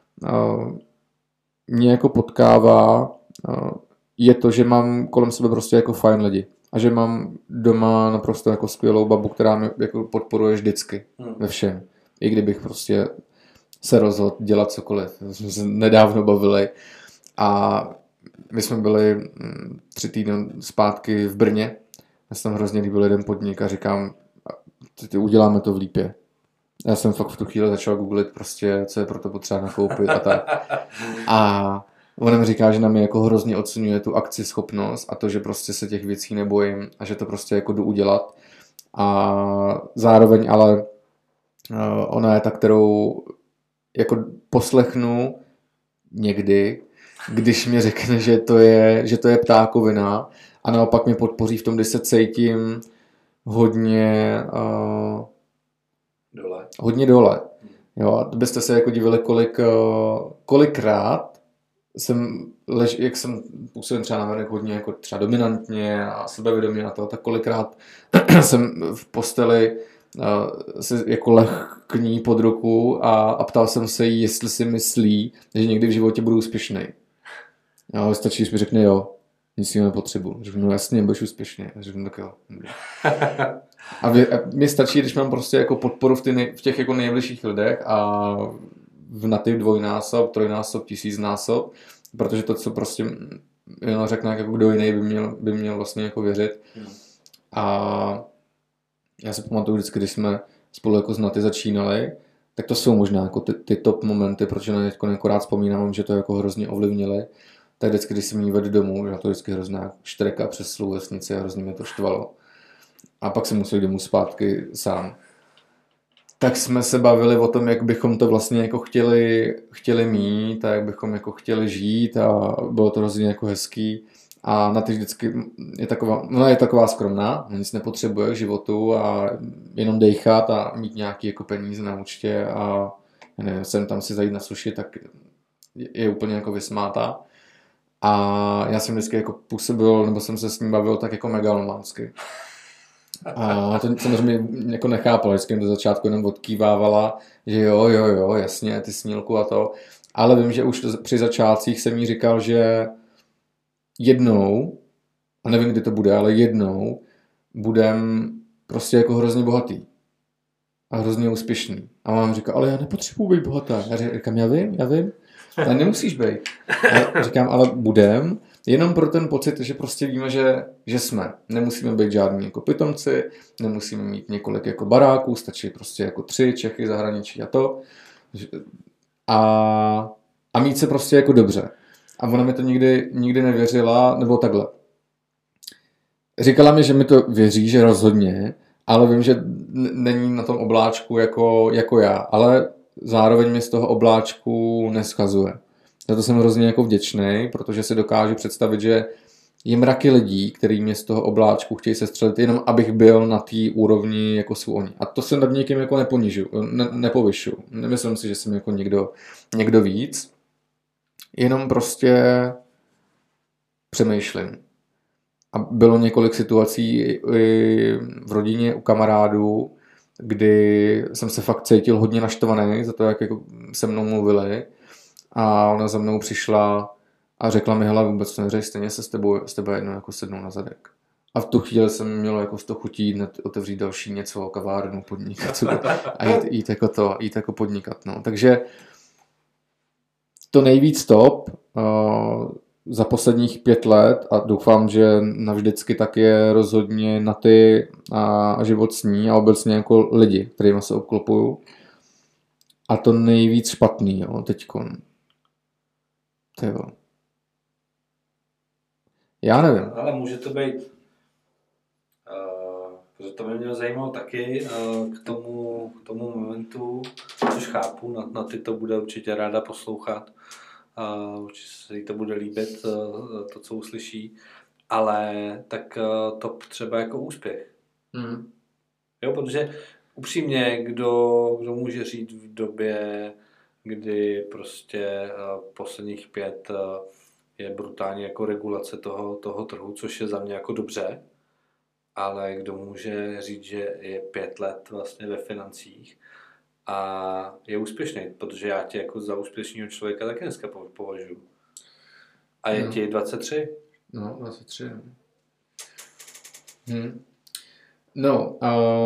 mě jako potkává, je to, že mám kolem sebe prostě jako fajn lidi. A že mám doma naprosto jako skvělou babu, která mě jako podporuje vždycky ve všem. I kdybych prostě se rozhodl dělat cokoliv. Jsme se nedávno bavili a my jsme byli 3 týdny zpátky v Brně. Já jsem hrozně líbil jeden podnik a říkám, ty uděláme to v Lípě. Já jsem fakt v tu chvíli začal googlit prostě, co je pro to potřeba nakoupit a tak. A on mi říká, že na mě jako hrozně oceňuje tu akceschopnost a to, že prostě se těch věcí nebojím a že to prostě jako jdu udělat. A zároveň ale ona je ta, kterou jako poslechnu někdy, když mi řekne, že to je ptákovina a naopak mě podpoří v tom, když se cítím hodně, Dole. hodně dole. Jo, a byste se jako divili, kolikrát jak jsem působil třeba navenek hodně jako třeba dominantně a sebevědomě na to, tak kolikrát jsem v posteli se jako leh k ní pod ruku a ptal jsem se jí, jestli si myslí, že někdy v životě budu úspěšný. A stačí, když mi řekne jo, nic jiného nepotřebuji. Řeknu, no jasně, budeš úspěšný. A řeknu, tak jo. A mi stačí, když mám prostě jako podporu v těch jako nejbližších lidech a na ty dvojnásob, trojnásob, tisícnásob, protože to, co prostě jenom řekne, jako kdo jiný by měl vlastně jako věřit. A já si pamatuju vždycky, když jsme spolu jako s Naty začínali, tak to jsou možná jako ty top momenty, protože na teď akorát vzpomínám, že to jako hrozně ovlivnili. Tak vždycky, když jsem jí vedl domů, že to vždycky hrozná štreka přes svou vesnici a hrozně mě to štvalo. A pak jsem musel jít domů zpátky sám. Tak jsme se bavili o tom, jak bychom to vlastně jako chtěli mít a jak bychom jako chtěli žít a bylo to hrozně jako hezký. A na ty vždycky ona je taková skromná, nic nepotřebuje k životu a jenom dejchat a mít nějaký jako peníze na účtě a nevím, sem tam si zajít na suši, tak je úplně jako vysmátá. A já jsem vždycky jako působil, nebo jsem se s ním bavil tak jako megalomansky. A to samozřejmě jako nechápal, vždycky jim do začátku jenom odkývávala, že jo, jasně, ty snílku a to. Ale vím, že už při začátcích jsem jí říkal, že jednou, a nevím, kdy to bude, ale jednou budem prostě jako hrozně bohatý. A hrozně úspěšný. A mám říkal, ale já nepotřebuji být bohatá. Já říkám, já vím. Ale nemusíš být. Já říkám, ale budem, jenom pro ten pocit, že prostě víme, že jsme. Nemusíme být žádní jako pitomci, nemusíme mít několik jako baráků, stačí prostě jako 3 Čechy, zahraničí a to. A mít se prostě jako dobře. A ona mi to nikdy nevěřila, nebo takhle. Říkala mi, že mi to věří, že rozhodně, ale vím, že není na tom obláčku jako já, ale zároveň mě z toho obláčku neschazuje. Za to jsem hrozně jako vděčný, protože si dokážu představit, že je mraky lidí, kteří mě z toho obláčku chtějí sestřelit, jenom abych byl na té úrovni, jako jsou oni. A to se nad někým jako nepovyšuju. Nemyslím si, že jsem jako někdo víc. Jenom prostě přemýšlím. A bylo několik situací i v rodině u kamarádů, kdy jsem se fakt cítil hodně naštvaný za to, jak jako se mnou mluvili. A ona za mnou přišla a řekla mi, hele, vůbec to neřeš, stejně se s tebou jednou jako sednou na zadek. A v tu chvíli jsem měl jako z toho chutí otevřít další něco, kavárnu, podnikat a jít jako podnikat. No. Takže to nejvíc top za posledních 5 let a doufám, že navždycky tak je rozhodně na ty a život s ní a obecně jako lidi, kterými se obklopuju. A to nejvíc špatný, jo, teďkon. Tyjo. Já nevím. Ale může to být, protože to by mě zajímalo taky k tomu momentu, což chápu, na ty to bude určitě ráda poslouchat, určitě se jí to bude líbit, to, co uslyší, ale tak to třeba jako úspěch. Jo, protože upřímně, kdo může říct v době, kdy prostě posledních 5 je brutální jako regulace toho trhu, což je za mě jako dobře, ale kdo může říct, že je 5 let vlastně ve financích a je úspěšný, protože já tě jako za úspěšného člověka taky dneska považuji. A je ti 23? No, 23. No,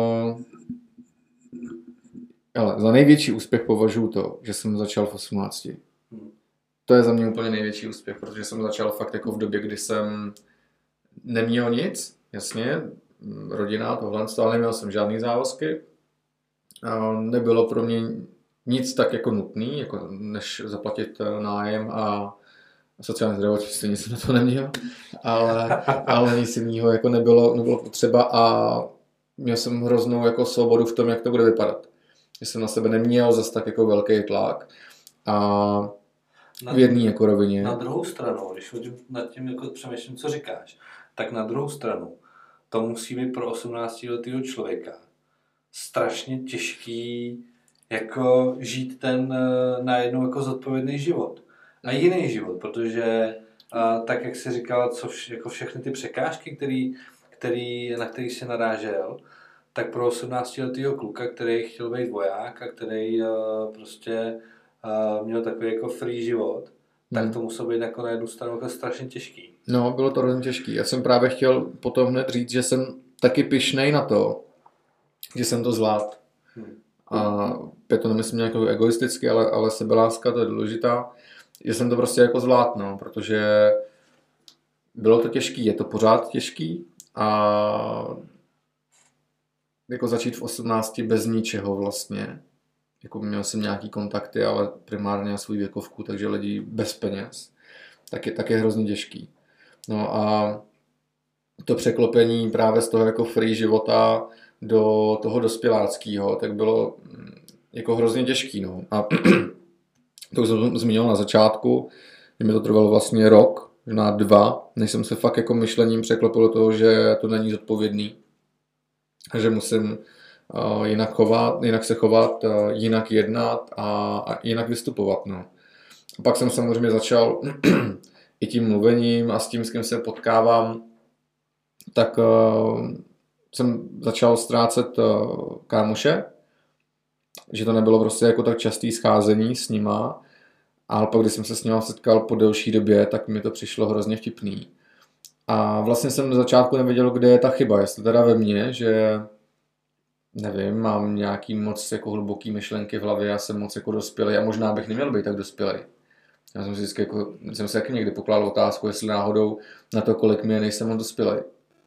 ale za největší úspěch považuji to, že jsem začal v 18. To je za mě úplně největší úspěch, protože jsem začal fakt jako v době, kdy jsem neměl nic, jasně, rodina, tohle, ale neměl jsem žádný závazky. Nebylo pro mě nic tak jako nutný, jako než zaplatit nájem a sociální zdravotnictví, nic jsem na to neměl, ale nic jiného jako nebylo potřeba a měl jsem hroznou jako svobodu v tom, jak to bude vypadat. Že jsem na sebe neměl zase tak jako velký tlak a v jedné jako rovině. Na druhou stranu, když nad tím jako přemýšlím, co říkáš, tak na druhou stranu to musí být pro 18letého člověka strašně těžký jako žít ten najednou jako zodpovědný život. A jiný život, protože tak, jak jsi říkal, jako všechny ty překážky, na který jsi narážel, tak pro 18letého kluka, který chtěl být voják a který prostě měl takový jako free život, tak to muselo být jako na jednu stranu jako strašně těžký. No, bylo to hrozně těžký. Já jsem právě chtěl potom hned říct, že jsem taky pyšnej na to, že jsem to zvládl. A opět to nemyslím nějak egoisticky, ale sebeláska, to je důležitá, že jsem to prostě jako zvládl, no, protože bylo to těžký, je to pořád těžký a jako začít v 18 bez ničeho vlastně. Jako měl jsem nějaký kontakty, ale primárně na svou věkovku, takže lidi bez peněz, tak je hrozně těžký. No a to překlopení právě z toho jako free života do toho dospěláckého, tak bylo jako hrozně těžký. No. A to už jsem zmínil na začátku, že mi to trvalo vlastně rok, na 2, než jsem se fakt jako myšlením překlopil do toho, že to není zodpovědný. Že musím jinak se chovat, jinak jednat a jinak vystupovat. No. A pak jsem samozřejmě začal i tím mluvením a s tím, s kým se potkávám, tak jsem začal ztrácet kámoše, že to nebylo prostě jako tak častý scházení s nima, ale pak, když jsem se s nima setkal po delší době, tak mi to přišlo hrozně vtipný. A vlastně jsem do začátku nevěděl, kde je ta chyba, jestli teda ve mně, že nevím, mám nějaký moc jako hluboký myšlenky v hlavě, já jsem moc jako dospělý a možná bych neměl být tak dospělý. Já jsem si vždycky jsem si taky někdy pokládal otázku, jestli náhodou na to, kolik mi je, nejsem moc dospělý.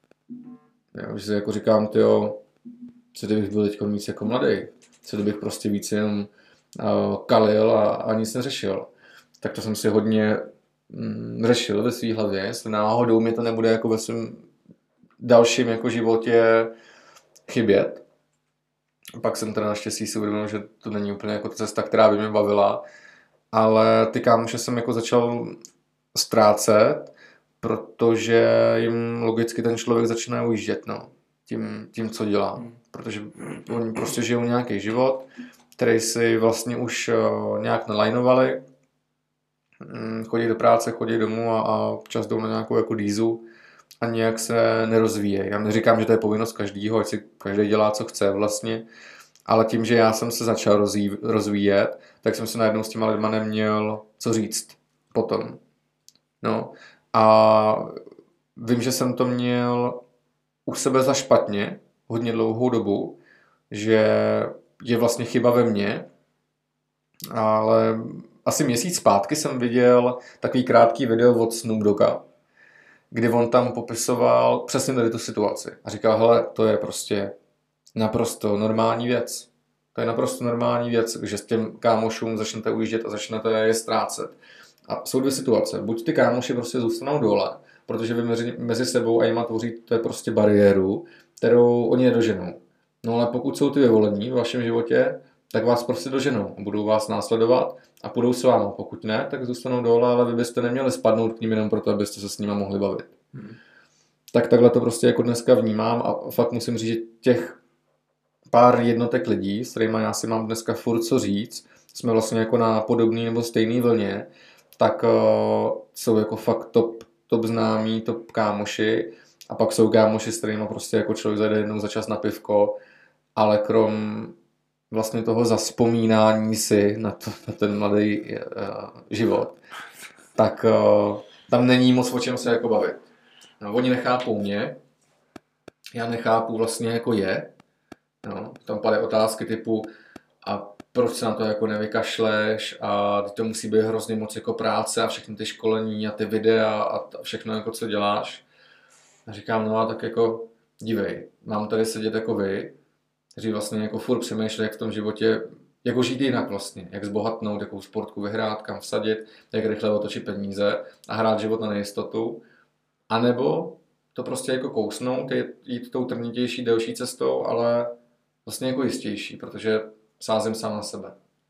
Já už si jako říkám, tyjo, co kdybych byl teď víc jako mladý, co kdybych prostě víc jenom kalil a nic neřešil. Tak to jsem si hodně řešil ve svý hlavě, jestli náhodou mi to nebude jako ve svém dalším jako životě chybět. Pak jsem teda naštěstí si uvědomil, že to není úplně jako cesta, která by mě bavila, ale ty kámoše jsem jako začal ztrácet, protože jim logicky ten člověk začíná ujíždět, no, tím, co dělá. Protože oni prostě žijou nějaký život, který si vlastně už nějak nalajnovali, chodí do práce, chodí domů a občas jdou na nějakou jako dýzu a nějak se nerozvíjejí. Já neříkám, že to je povinnost každýho, ať si každý dělá, co chce vlastně, ale tím, že já jsem se začal rozvíjet, tak jsem se najednou s těma lidma neměl co říct potom. No a vím, že jsem to měl u sebe za špatně hodně dlouhou dobu, že je vlastně chyba ve mně, ale asi měsíc zpátky jsem viděl takový krátký video od Snoop Dogga, kdy on tam popisoval přesně tady tu situaci a říkal, hele, to je prostě naprosto normální věc. To je naprosto normální věc, že s těm kámošům začnete ujíždět a začnete je ztrácet. A jsou dvě situace. Buď ty kámoši prostě zůstanou dole, protože vy mezi sebou a jima tvoříte prostě bariéru, kterou oni nedoženou. No ale pokud jsou ty vyvolení v vašem životě, tak vás prostě doženou. Budou vás následovat a půjdou s váma. Pokud ne, tak zůstanou dole, ale vy byste neměli spadnout k nim jenom proto, abyste se s nimi mohli bavit. Tak takhle to prostě jako dneska vnímám a fakt musím říct, že těch pár jednotek lidí, s kterými já si mám dneska furt co říct, jsme vlastně jako na podobný nebo stejný vlně, tak jsou jako fakt top známí, top kámoši a pak jsou kámoši, s kterými prostě jako člověk zajde jednou za čas na pivko, ale krom vlastně toho zavzpomínání si na ten mladý život, tak tam není moc o čem se jako bavit. No, oni nechápou mě, já nechápu vlastně jako je. No, tam padají otázky typu a proč se na to jako nevykašleš a to musí být hrozně moc jako práce a všechny ty školení a ty videa a všechno jako co děláš. A říkám, no a tak jako dívej, mám tady sedět jako vy, kteří vlastně jako furt přemýšlí, jak v tom životě, jako žít jinak vlastně, jak zbohatnout, jakou sportku vyhrát, kam vsadit, jak rychle otočit peníze a hrát život na nejistotu. A nebo to prostě jako kousnout, jít tou trnitější, delší cestou, ale vlastně jako jistější, protože sázím sám na sebe.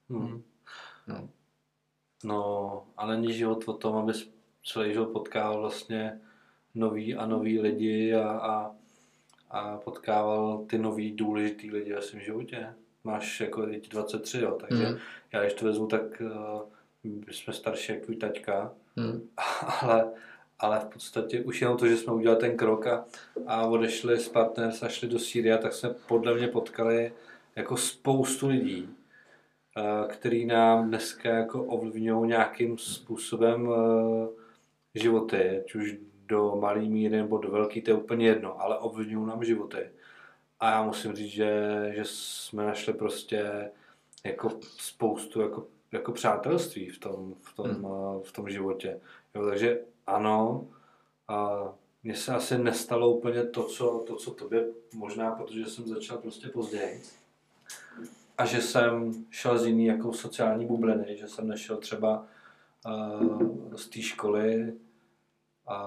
No, a není život o tom, abys celý život potkal vlastně nový lidi a a potkával ty nový důležitý lidi ve svém životě. Máš jako teď 23, jo, takže já když to vezmu, tak jsme starší jak tvůj taťka, ale v podstatě už jenom to, že jsme udělali ten krok a odešli z Partners a šli do Sýrie, tak jsme podle mě potkali jako spoustu lidí, který nám dneska jako ovlivňují nějakým způsobem životy, ať už do malé míry nebo do velké, to je úplně jedno, ale ovlivňují nám životy. A já musím říct, že jsme našli prostě jako spoustu jako přátelství v tom životě. Jo, takže ano, mně se asi nestalo úplně to, co tobě, možná protože jsem začal prostě později. A že jsem šel z jiný jako sociální bubliny, že jsem nešel třeba z té školy a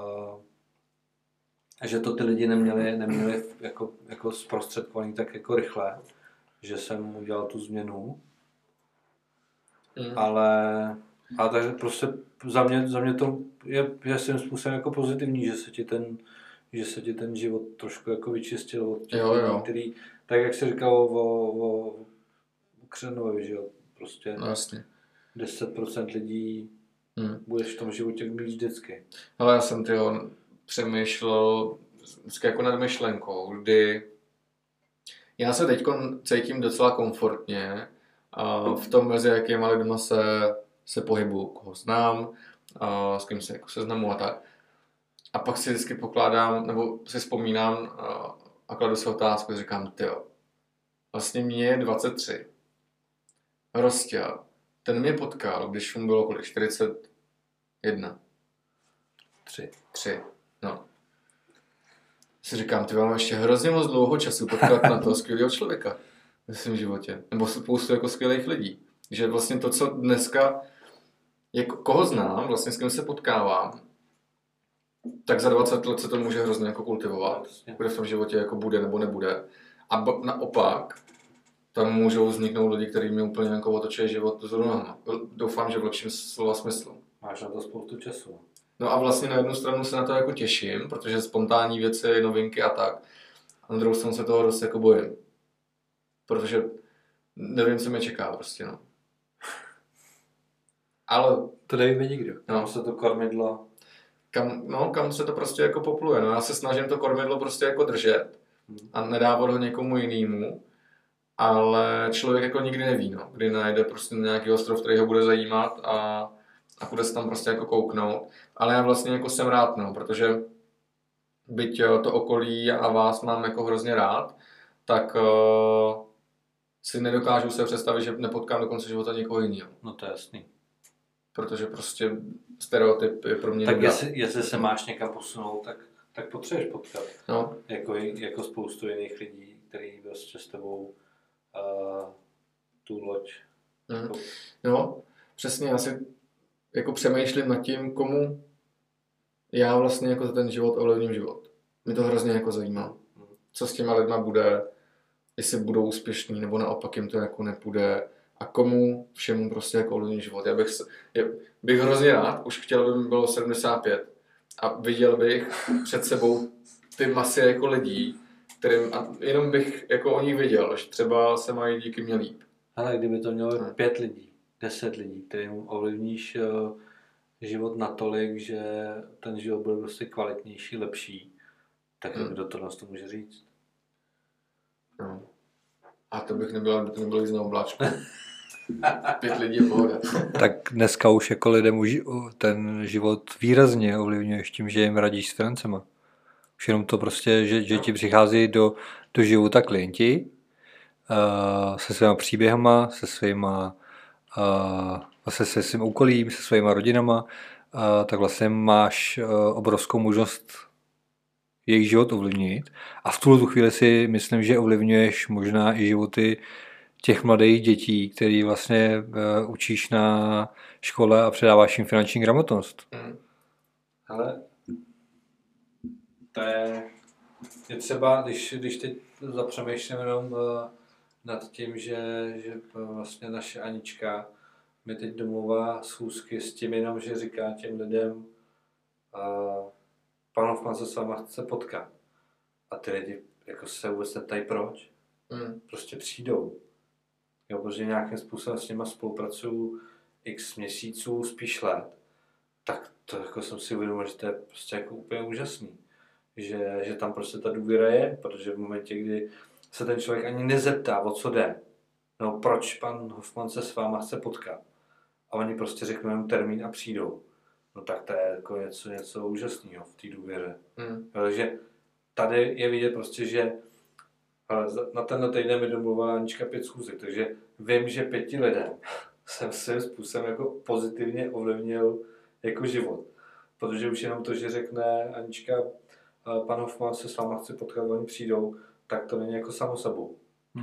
že to ty lidi neměli jako zprostředkovaný tak jako rychle, že jsem udělal tu změnu. Ale takže prostě za mě to je svým způsobem jako pozitivní, že se ti ten život trošku jako vyčistil od těch lidí, který, tak jak jsi říkal o Křenovi, že jo, prostě no, jasně. 10% lidí budeš v tom životě mít vždycky. Ale já jsem přemýšlel jako nad myšlenkou, kdy já se teď cítím docela komfortně v tom, mezi jakýma lidma se pohybuju, koho znám, s kým se jako seznamu a tak. A pak si vždycky pokládám, nebo si vzpomínám a kladu si otázku a říkám, vlastně mě je 23. Rostěl. Ten mě potkal, když mu bylo kolik? 41. 3. No. Si říkám, mám ještě hrozně moc dlouho času potkat na toho skvělého člověka ve svém životě. Nebo spoustu jako skvělých lidí. Že vlastně to, co dneska, jako koho znám, vlastně s kým se potkávám, tak za 20 let se to může hrozně jako kultivovat. Bude v tom životě jako bude nebo nebude. A naopak, tam můžou vzniknout lidi, kteří mi úplně jako otočí život z nohama. Doufám, že v lepším slova smyslu. Máš na to spoustu času. No a vlastně na jednu stranu se na to jako těším, protože spontánní věci, novinky a tak. A na druhou stranu se toho dost jako bojím. Protože nevím, co mě čeká prostě, no. Ale to nevíme nikdo. Kam se to kormidlo... Kam se to prostě jako popluje. No já se snažím to kormidlo prostě jako držet a nedávat ho někomu jinému. Ale člověk jako nikdy neví, no, kdy najde prostě nějaký ostrov, který ho bude zajímat a bude se tam prostě jako kouknout. Ale já vlastně jako jsem rád, no, protože byť to okolí a vás mám jako hrozně rád, tak si nedokážu se představit, že nepotkám do konce života někoho jiného. No to je jasný. Protože prostě stereotyp je pro mě... Tak jestli se máš někam posunout, tak potřebuješ potkat. No. Jako spoustu jiných lidí, kteří prostě s tebou tu loď. No, přesně, já si jako přemýšlím nad tím, komu já vlastně jako za ten život ovlivním život. Mě to hrozně jako zajímá. Co s těma lidma bude, jestli budou úspěšní, nebo naopak jim to jako nepůjde a komu všemu prostě jako ovlivním život. Já bych hrozně rád, už chtěl by mi bylo 75 a viděl bych před sebou ty masy jako lidí, kterým, a jenom bych jako o nich viděl, že třeba se mají díky mě líp. Ale kdyby to mělo 5 lidí, 10 lidí, kterým ovlivníš život natolik, že ten život bude prostě kvalitnější, lepší, tak kdo to nás to může říct? No. A to bych nebyl, kdyby to nebylo jíst na obláčku. 5 lidí je pohoda. Tak dneska už jako lidem ten život výrazně ovlivňuješ tím, že jim radíš s financema. Už jenom to prostě, že ti přichází do života klienti se svýma příběhama, se svýma se svým okolím, se svýma rodinama, tak vlastně máš obrovskou možnost jejich život ovlivnit. A v tuhle chvíli si myslím, že ovlivňuješ možná i životy těch mladých dětí, který vlastně učíš na škole a předáváš jim finanční gramotnost. Ale to je třeba, když teď zapřemýšlím jenom nad tím, že vlastně naše Anička mi teď domluvá schůzky s tím jenom, že říká těm lidem, pan Hoffman se s váma chce potkat. A ty lidi jako se vůbec neptají proč. Prostě přijdou. Jo, protože nějakým způsobem s nima spolupracuju x měsíců, spíš let, tak to jako jsem si uvědomil, že to je prostě jako úplně úžasný. Že tam prostě ta důvěra je, protože v momentě, kdy se ten člověk ani nezeptá, o co jde, no proč pan Hofman se s váma chce potkat, a oni prostě řeknou jenom termín a přijdou, no tak to je jako něco úžasného v té důvěře. Takže tady je vidět prostě, že ale na tenhle týden mi domluvila Anička 5 schůzek, takže vím, že 5 lidem jsem svým způsobem jako pozitivně ovlivnil jako život. Protože už jenom to, že řekne Anička, pan Hofman se s váma chce potkat, oni přijdou, tak to není jako samo sebou.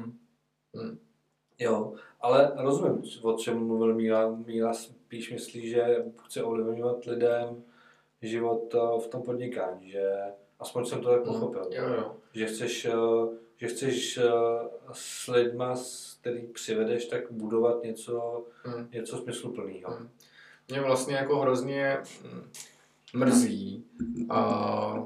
Jo, ale rozumím, o čem mluvil Míla. Míla spíš myslí, že chce ovlivňovat lidem život v tom podnikání, že aspoň jsem to tak pochopil. Jo. Že chceš s lidma, který přivedeš, tak budovat něco smysluplného. Mě vlastně jako hrozně mrzí a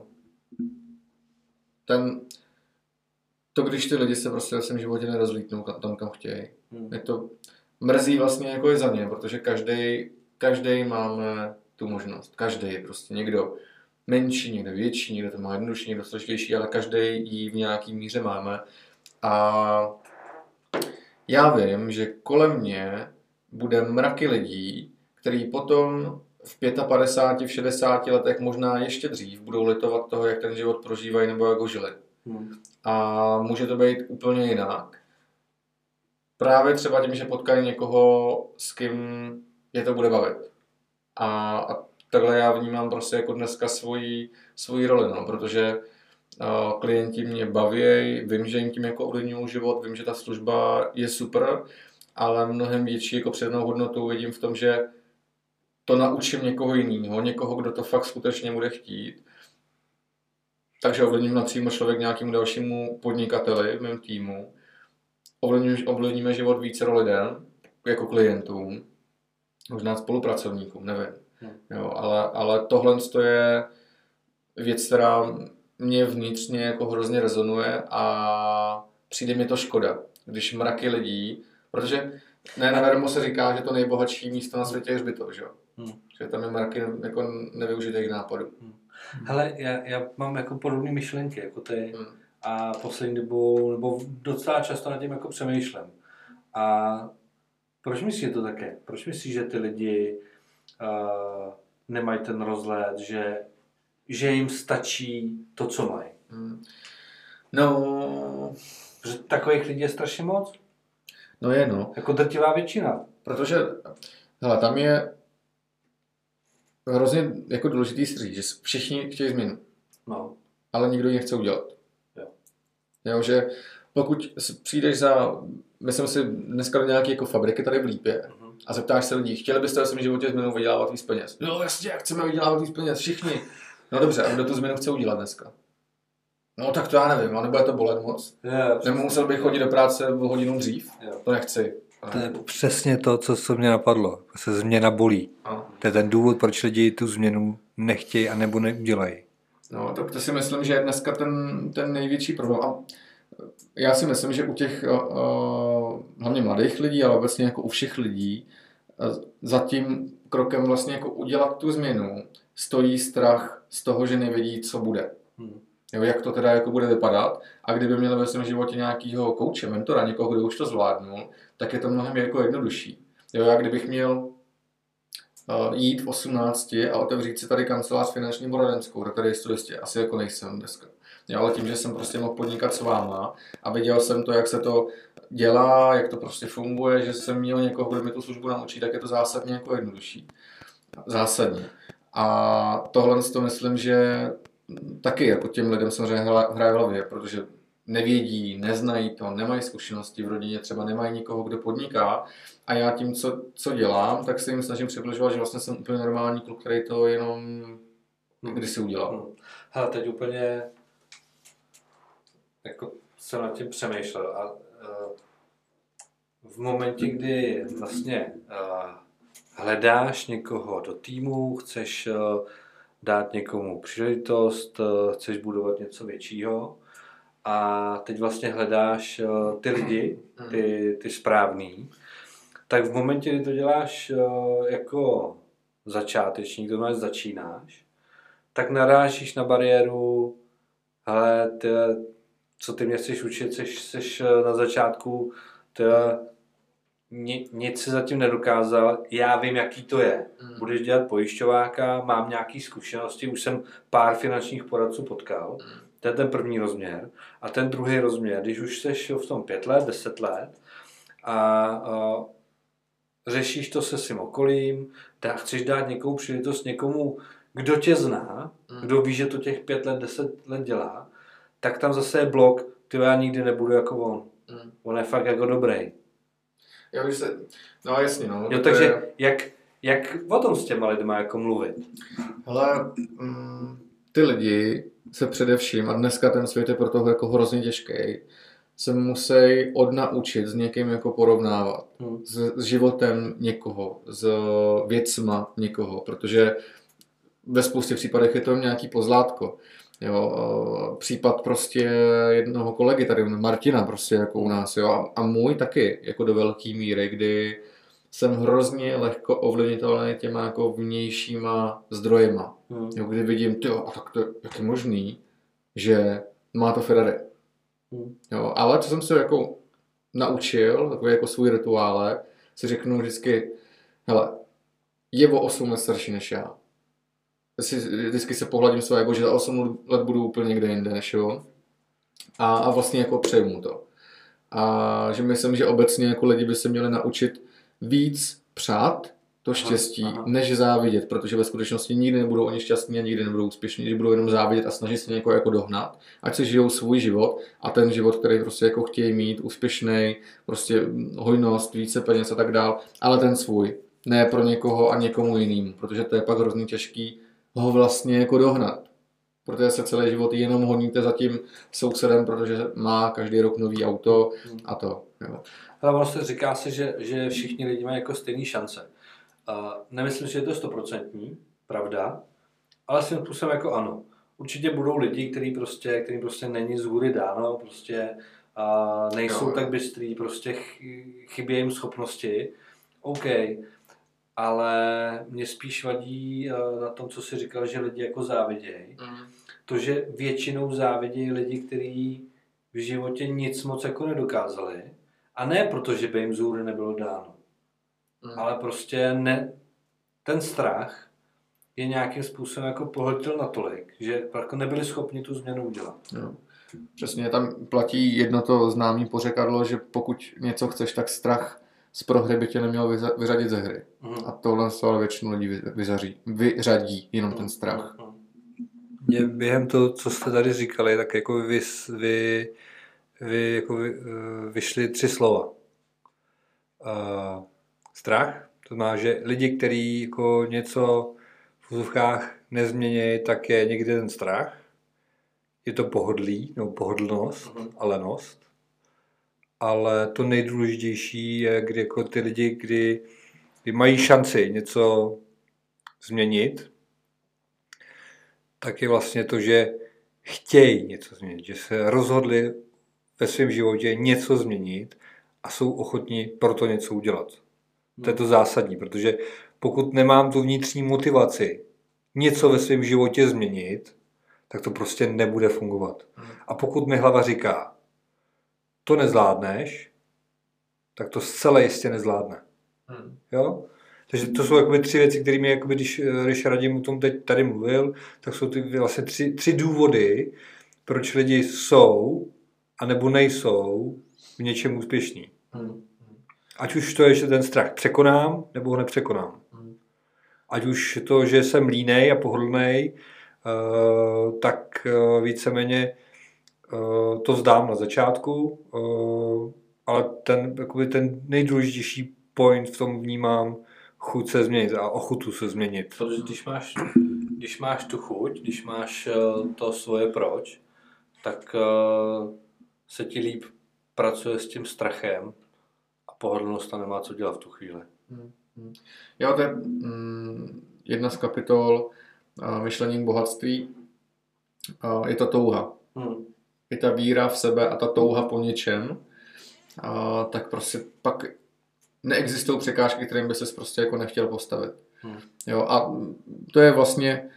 to, když ty lidi se prostě ve svém životě nerozlítnou tam, kam chtějí. Mě to mrzí vlastně jako je za ně, protože každý máme tu možnost. Každý prostě. Někdo menší, někdo větší, někdo to má jednodušší, někdo složitější, ale každý ji v nějaký míře máme. A já vím, že kolem mě bude mraky lidí, který potom v 55, v 60 letech, možná ještě dřív, budou litovat toho, jak ten život prožívají nebo jak ho žili. A může to být úplně jinak. Právě třeba tím, že potkají někoho, s kým je to bude bavit. A takhle já vnímám prostě jako dneska svoji roli, no, protože klienti mě baví, vím, že jim tím jako ovlivňují život, vím, že ta služba je super, ale mnohem větší jako přidanou hodnotu vidím v tom, že to naučím někoho jiného, někoho, kdo to fakt skutečně bude chtít. Takže ovlivním napřímo člověk nějakému dalšímu podnikateli v mém týmu. Ovlivníme život vícero lidem, jako klientům, možná spolupracovníkům, nevím. Jo, ale tohle je věc, která mě vnitřně jako hrozně rezonuje a přijde mi to škoda, když mraky lidí, protože nenadarmo se říká, že to nejbohatší místo na světě je hřbitov, že jo? Že tam je mraky jako nevyužitých nápadů. Hele, já mám jako podobné myšlenky jako ty a poslední dobou, nebo docela často nad tím jako přemýšlím. A proč myslíš, že to také? Proč myslíš, že ty lidi nemají ten rozhled, že jim stačí to, co mají? No... Protože takových lidí je strašně moc. No je, no. Jako drtivá většina. Protože, hele, tam je hrozně jako důležitý si říct, že všichni chtějí změnu. No. Ale nikdo ji nechce udělat. Jo, že pokud přijdeš myslím si, dneska do nějaké jako fabriky tady v Lípě a zeptáš se lidí, chtěli byste ve svém životě změnou vydělávat víc peněz? No jasně, chceme vydělávat víc peněz, všichni. No dobře, a kdo tu změnu chce udělat dneska? No tak to já nevím, a nebude to bolet moc. Nebo musel bych chodit do práce o hodinu dřív? To nechci. To je přesně to, co mě napadlo. Se změna bolí. To je ten důvod, proč lidi tu změnu nechtějí a nebo neudělají. No, tak to si myslím, že je dneska ten největší problém. A já si myslím, že u těch hlavně mladých lidí, ale obecně jako u všech lidí, za tím krokem vlastně jako udělat tu změnu stojí strach z toho, že nevědí, co bude. Jo, jak to teda jako bude vypadat. A kdyby měli ve svém životě nějakého kouče, mentora, někoho, kdo už to zvládnul, tak je to mnohem jako jednodušší. Jo, já kdybych měl jít v 18 a otevřít si tady kancelář finanční poradenskou, tak tady jistě asi jako nejsem dneska. Jo, ale tím, že jsem prostě mohl podnikat s váma a viděl jsem to, jak se to dělá, jak to prostě funguje, že jsem měl někoho, kdo mi tu službu naučí, tak je to zásadně jako jednodušší. Zásadně. A tohle to myslím, že taky jako těm lidem samozřejmě hraje v hlavě, protože nevědí, neznají to, nemají zkušenosti v rodině, třeba nemají nikoho, kdo podniká. A já tím, co dělám, tak se jim snažím přibližovat, že vlastně jsem úplně normální kluk, který to jenom kdysi udělal. Hele, teď úplně jako jsem nad tím přemýšlel a v momentě, kdy vlastně hledáš někoho do týmu, chceš dát někomu příležitost, chceš budovat něco většího a teď vlastně hledáš ty lidi, ty správný, tak v momentě, kdy to děláš jako začátečník, to znamená, začínáš, tak narážíš na bariéru, hele, co ty mě chceš učit, jsi na začátku, nic si zatím nedokázal, já vím, jaký to je. Budeš dělat pojišťováka, mám nějaké zkušenosti, už jsem pár finančních poradců potkal, to je ten první rozměr. A ten druhý rozměr, když už jsi v tom 5 let, 10 let a řešíš to se svým okolím, chceš dát někomu příležitost někomu, kdo tě zná, kdo ví, že to těch 5 let, 10 let dělá, tak tam zase je blok, já nikdy nebudu jako on. On je fakt jako dobrý. Jo, no jasně, no. Jo, takže jak o tom s těma lidma jako mluvit? Hele, ty lidi se především, a dneska ten svět je pro toho jako hrozně těžký, se musí odnaučit s někým jako porovnávat. S životem někoho, s věcma někoho, protože ve spoustě případech je to nějaký pozlátko. Jo, případ prostě jednoho kolegy tady, Martina prostě jako u nás, jo, a můj taky jako do velké míry, kdy jsem hrozně lehko ovlivnitelný těma jako vnějšíma zdrojema. Jo, kdy vidím, a tak to jak je možný, že má to Ferrari. Jo, ale co jsem se jako naučil, takový jako svůj rituále, si řeknu vždycky, hele, je o 8 let starší než já. Vždycky se pohladím své ego, že za 8 let budu úplně někde jinde než on. A vlastně jako přejmu to. A že myslím, že obecně jako lidi by se měli naučit víc přát to štěstí, než závidět, protože ve skutečnosti nikdy nebudou oni šťastní a nikdy nebudou úspěšní, že budou jenom závidět a snažit se někoho jako dohnat, ať si žijou svůj život a ten život, který prostě jako chtějí mít, úspěšný, prostě hojnost, více peněz a tak dál, ale ten svůj, ne pro někoho a někomu jinému, protože to je pak hrozně těžký ho vlastně jako dohnat. Protože se celý život jenom honíte za tím sousedem, protože má každý rok nový auto a to. Jo. Ale vlastně říká se, že všichni lidi mají jako stejné šance. Nemyslím, že je to 100% pravda, ale svým způsobem jako ano. Určitě budou lidi, kterým prostě není z hůry dáno, prostě nejsou tak bystrý, prostě chybějí jim schopnosti. OK, ale mě spíš vadí na tom, co jsi říkal, že lidi jako závidějí. To, že většinou závidějí lidi, kteří v životě nic moc jako nedokázali. A ne proto, že by jim z hůry nebylo dáno. Ale prostě ten strach je nějakým způsobem jako pohltil natolik, že jako nebyli schopni tu změnu udělat. Jo. Přesně, tam platí jedno to známé pořekadlo, že pokud něco chceš, tak strach z prohry by tě neměl vyřadit ze hry. A tohle se ale většinu lidí vyřadí jenom ten strach. Mě během toho, co jste tady říkali, tak jako vyšly 3 slova. Strach, to znamená, že lidi, kteří jako něco v úzovkách nezmění, tak je někde ten strach. Je to pohodlí, nebo pohodlnost a lenost. Ale to nejdůležitější je, kdy jako ty lidi, kdy mají šanci něco změnit, tak je vlastně to, že chtějí něco změnit, že se rozhodli ve svém životě něco změnit a jsou ochotní pro to něco udělat. To je to zásadní, protože pokud nemám tu vnitřní motivaci něco ve svém životě změnit, tak to prostě nebude fungovat. A pokud mi hlava říká, to nezvládneš, tak to zcela jistě nezvládne. Jo? Takže to jsou jakoby 3 věci, kterými, jakoby, když Radim o tom teď tady mluvil, tak jsou ty vlastně 3 důvody, proč lidi jsou anebo nejsou v něčem úspěšní. Ať už to je, že ten strach překonám, nebo ho nepřekonám. Ať už to, že jsem línej a pohodlnej, tak víceméně to vzdám na začátku, ale ten nejdůležitější point v tom vnímám chuť se změnit a ochotu se změnit. Protože když máš tu chuť, když máš to svoje proč, tak se ti líp pracuje s tím strachem a pohodlnost tam nemá co dělat v tu chvíli. Jo, to je jedna z kapitol myšlení k bohatství. Je to touha. i ta víra v sebe a ta touha po něčem, tak prostě pak neexistují překážky, kterým by ses prostě jako nechtěl postavit. Jo, a to je vlastně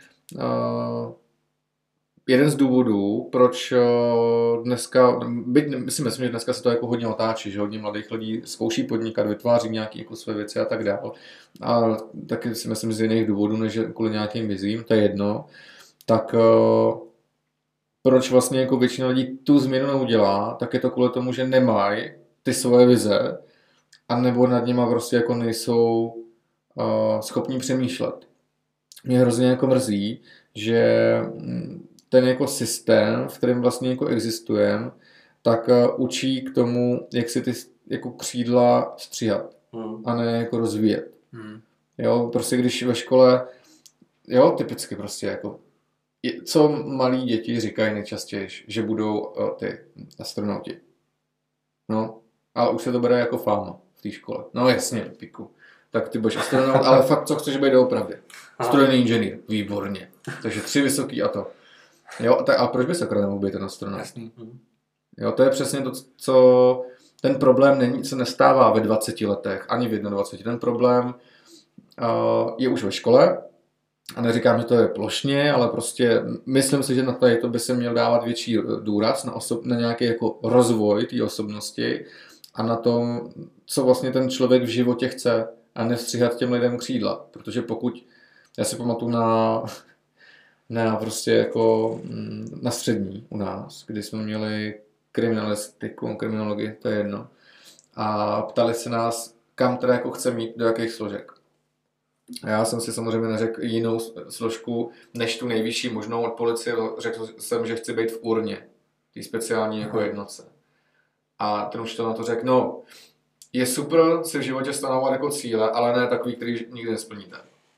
jeden z důvodů, proč dneska, myslím, že dneska se to jako hodně otáčí, že hodně mladých lidí zkouší podnikat, vytváří nějaké jako své věci a tak dále. A taky si myslím, že z jiných důvodů, než kvůli nějakým vizím, to je jedno, tak proč vlastně jako většina lidí tu změnu neudělá, tak je to kvůli tomu, že nemají ty svoje vize, anebo nad nima prostě jako nejsou schopní přemýšlet. Mě hrozně jako mrzí, že ten jako systém, v kterém vlastně jako existujeme, tak učí k tomu, jak si ty jako křídla stříhat a ne jako rozvíjet. Jo, prostě když ve škole, jo, typicky prostě jako, co malí děti říkají nejčastěji, že budou ty astronauti. No, ale už se to bere jako fáma v té škole. No jasně, piku. Tak ty budeš astronaut, ale fakt co chceš být doopravdy? Strojný inženýr, výborně. Takže 3 vysoký a to. Jo, a proč by se nemohl být ten astronaut? Jasný. Jo, to je přesně to, co ten problém se nestává ve 20 letech, ani v 21. Ten problém je už ve škole a neříkám, že to je plošně, ale prostě myslím si, že na to by se měl dávat větší důraz na nějaký jako rozvoj té osobnosti a na tom, co vlastně ten člověk v životě chce a nevstříhat těm lidem křídla, protože pokud, já si pamatuju na prostě jako na střední u nás, kdy jsme měli kriminalistiku, kriminologii, to je jedno, a ptali se nás, kam teda jako chce mít, do jakých složek. A já jsem si samozřejmě neřekl jinou složku, než tu nejvyšší možnou od policie, řekl jsem, že chci být v urně, tý speciální jako jednotce. A ten učitel na to řekl, no, je super si v životě stanovat jako cíle, ale ne takový, který nikdy nesplníte.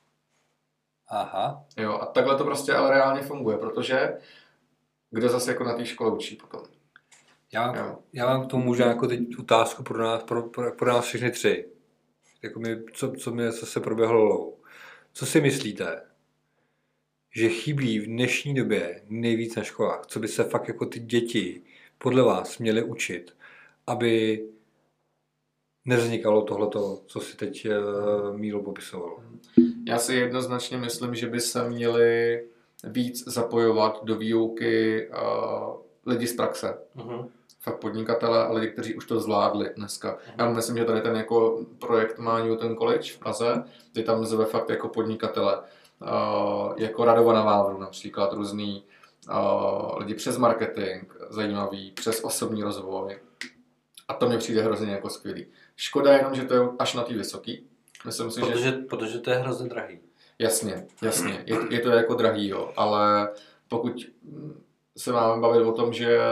Aha. Jo, a takhle to prostě ale reálně funguje, protože kdo zase jako na té škole učí potom. Já mám k tomu možná jako teď otázku pro nás všechny 3. Jako co mě zase proběhlo hlavou. Co si myslíte, že chybí v dnešní době nejvíc na školách? Co by se fakt jako ty děti podle vás měly učit, aby nevznikalo tohleto, co si teď Mílo popisoval? Já si jednoznačně myslím, že by se měli víc zapojovat do výuky lidi z praxe. Fakt podnikatele a lidi, kteří už to zvládli dneska. Já myslím, že tady ten jako projekt má Newton College v Praze, kdy tam zve fakt jako podnikatele, jako Radovana Vávru například, různý lidi přes marketing, zajímavý, přes osobní rozvoj. A to mi přijde hrozně jako skvělý. Škoda jenom, že to je až na tý vysoký. Myslím si, protože to je hrozně drahý. Jasně. Je to jako drahý, jo. Ale pokud se máme bavit o tom, že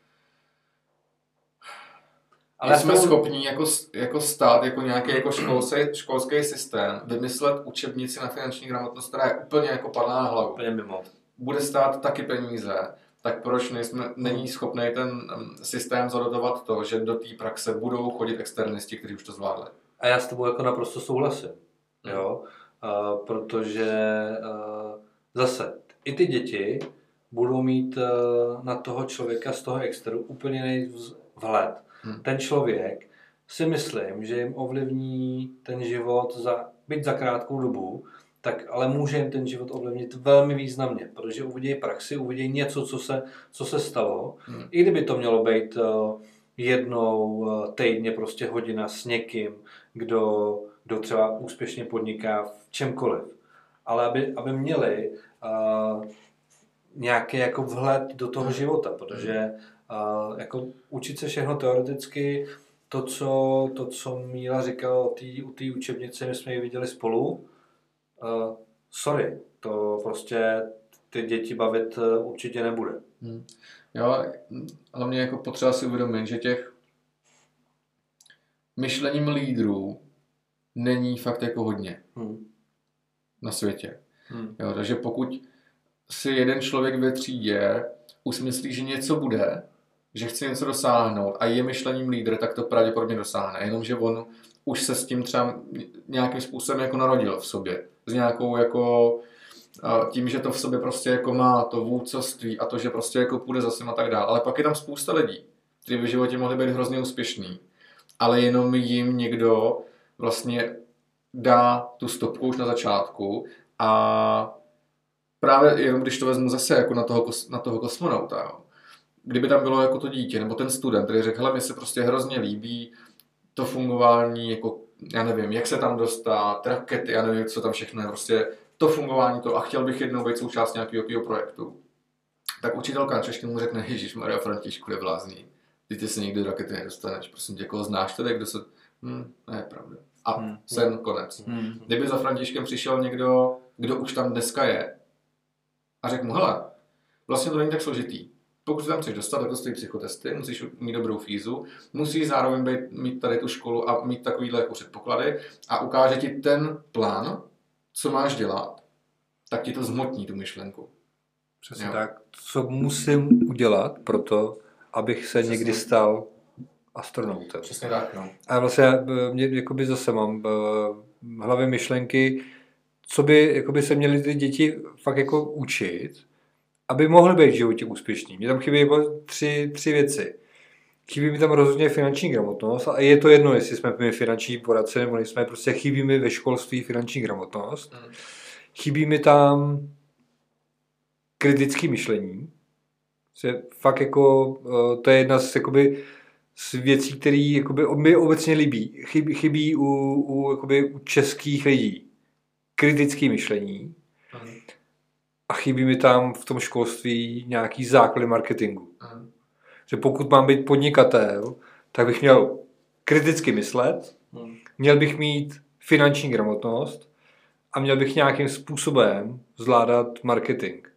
ale jsme schopní jako stát, jako nějaký jako školský systém, vymyslet učebnici na finanční gramotnost, která je úplně jako padlá na hlavu. Úplně mimo. Bude stát taky peníze, tak proč není schopný ten systém zadotovat to, že do té praxe budou chodit externisti, kteří už to zvládli. A já s tebou jako naprosto souhlasím, jo, protože zase i ty děti budou mít na toho člověka z toho exteru úplně nejvíc vhled. Ten člověk si myslím, že jim ovlivní ten život byť za krátkou dobu, tak ale může jim ten život ovlivnit velmi významně, protože uvidí praxi, uvidí něco, co se stalo. I kdyby to mělo být jednou týdně prostě hodina s někým, kdo třeba úspěšně podniká v čemkoliv. Ale aby měli nějaký jako vhled do toho života, protože jako učit se všechno teoreticky, to, co Míla říkal u té učebnice, my jsme ji viděli spolu, sorry, to prostě ty děti bavit určitě nebude. Jo, ale mě jako potřeba si uvědomit, že těch myšlením lídrů není fakt jako hodně na světě. Jo, takže pokud si jeden člověk ve třídě už myslí, že něco bude, že chce něco dosáhnout a je myšlením lídr, tak to pravděpodobně dosáhne. Jenomže on už se s tím třeba nějakým způsobem jako narodil v sobě. S nějakou jako tím, že to v sobě prostě jako má to vůdcovství a to, že prostě jako půjde za svým a tak dále. Ale pak je tam spousta lidí, kteří v životě mohli být hrozně úspěšní, ale jenom jim někdo vlastně dá tu stopku už na začátku a právě jenom když to vezmu zase jako na toho kosmonauta, jo. Kdyby tam bylo jako to dítě nebo ten student, který řekl, hele, mi se prostě hrozně líbí to fungování, jako já nevím, jak se tam dostat, rakety, já nevím, co tam všechno je, prostě to fungování to a chtěl bych jednou být součást nějakého projektu. Tak učitelka na češtinu mu řekne, Ježišmarja Františku, je blázní. Ty se nikdy do rakety nedostaneš, prosím tě, koho znáš tady, kdo se... ne, je pravda. A sen, konec. Kdyby za Františkem přišel někdo, kdo už tam dneska je a řekl mu, hele, vlastně to není tak složitý. Pokud se tam chceš dostat, tak to stojí psychotesty, musíš mít dobrou fízu, musíš zároveň mít tady tu školu a mít takovýhle jako předpoklady a ukáže ti ten plán, co máš dělat, tak ti to zhmotní tu myšlenku. Přesně tak. Co musím udělat pro to, abych se někdy stal astronautem. Přesně tak, no. A vlastně mě jakoby zase mám v hlavě myšlenky, co by jakoby se měly ty děti fakt jako učit, aby mohly být v životě úspěšní. Mně tam chybí tři věci. Chybí mi tam rozhodně finanční gramotnost a je to jedno, jestli jsme my finanční poradci nebo nejsme, prostě chybí mi ve školství finanční gramotnost. Chybí mi tam kritické myšlení. Fakt jako, to je jedna z, jakoby, z věcí, které mi obecně líbí. Chybí u českých lidí kritické myšlení. A chybí mi tam v tom školství nějaký základy marketingu. Že pokud mám být podnikatel, tak bych měl kriticky myslet, měl bych mít finanční gramotnost a měl bych nějakým způsobem zvládat marketing.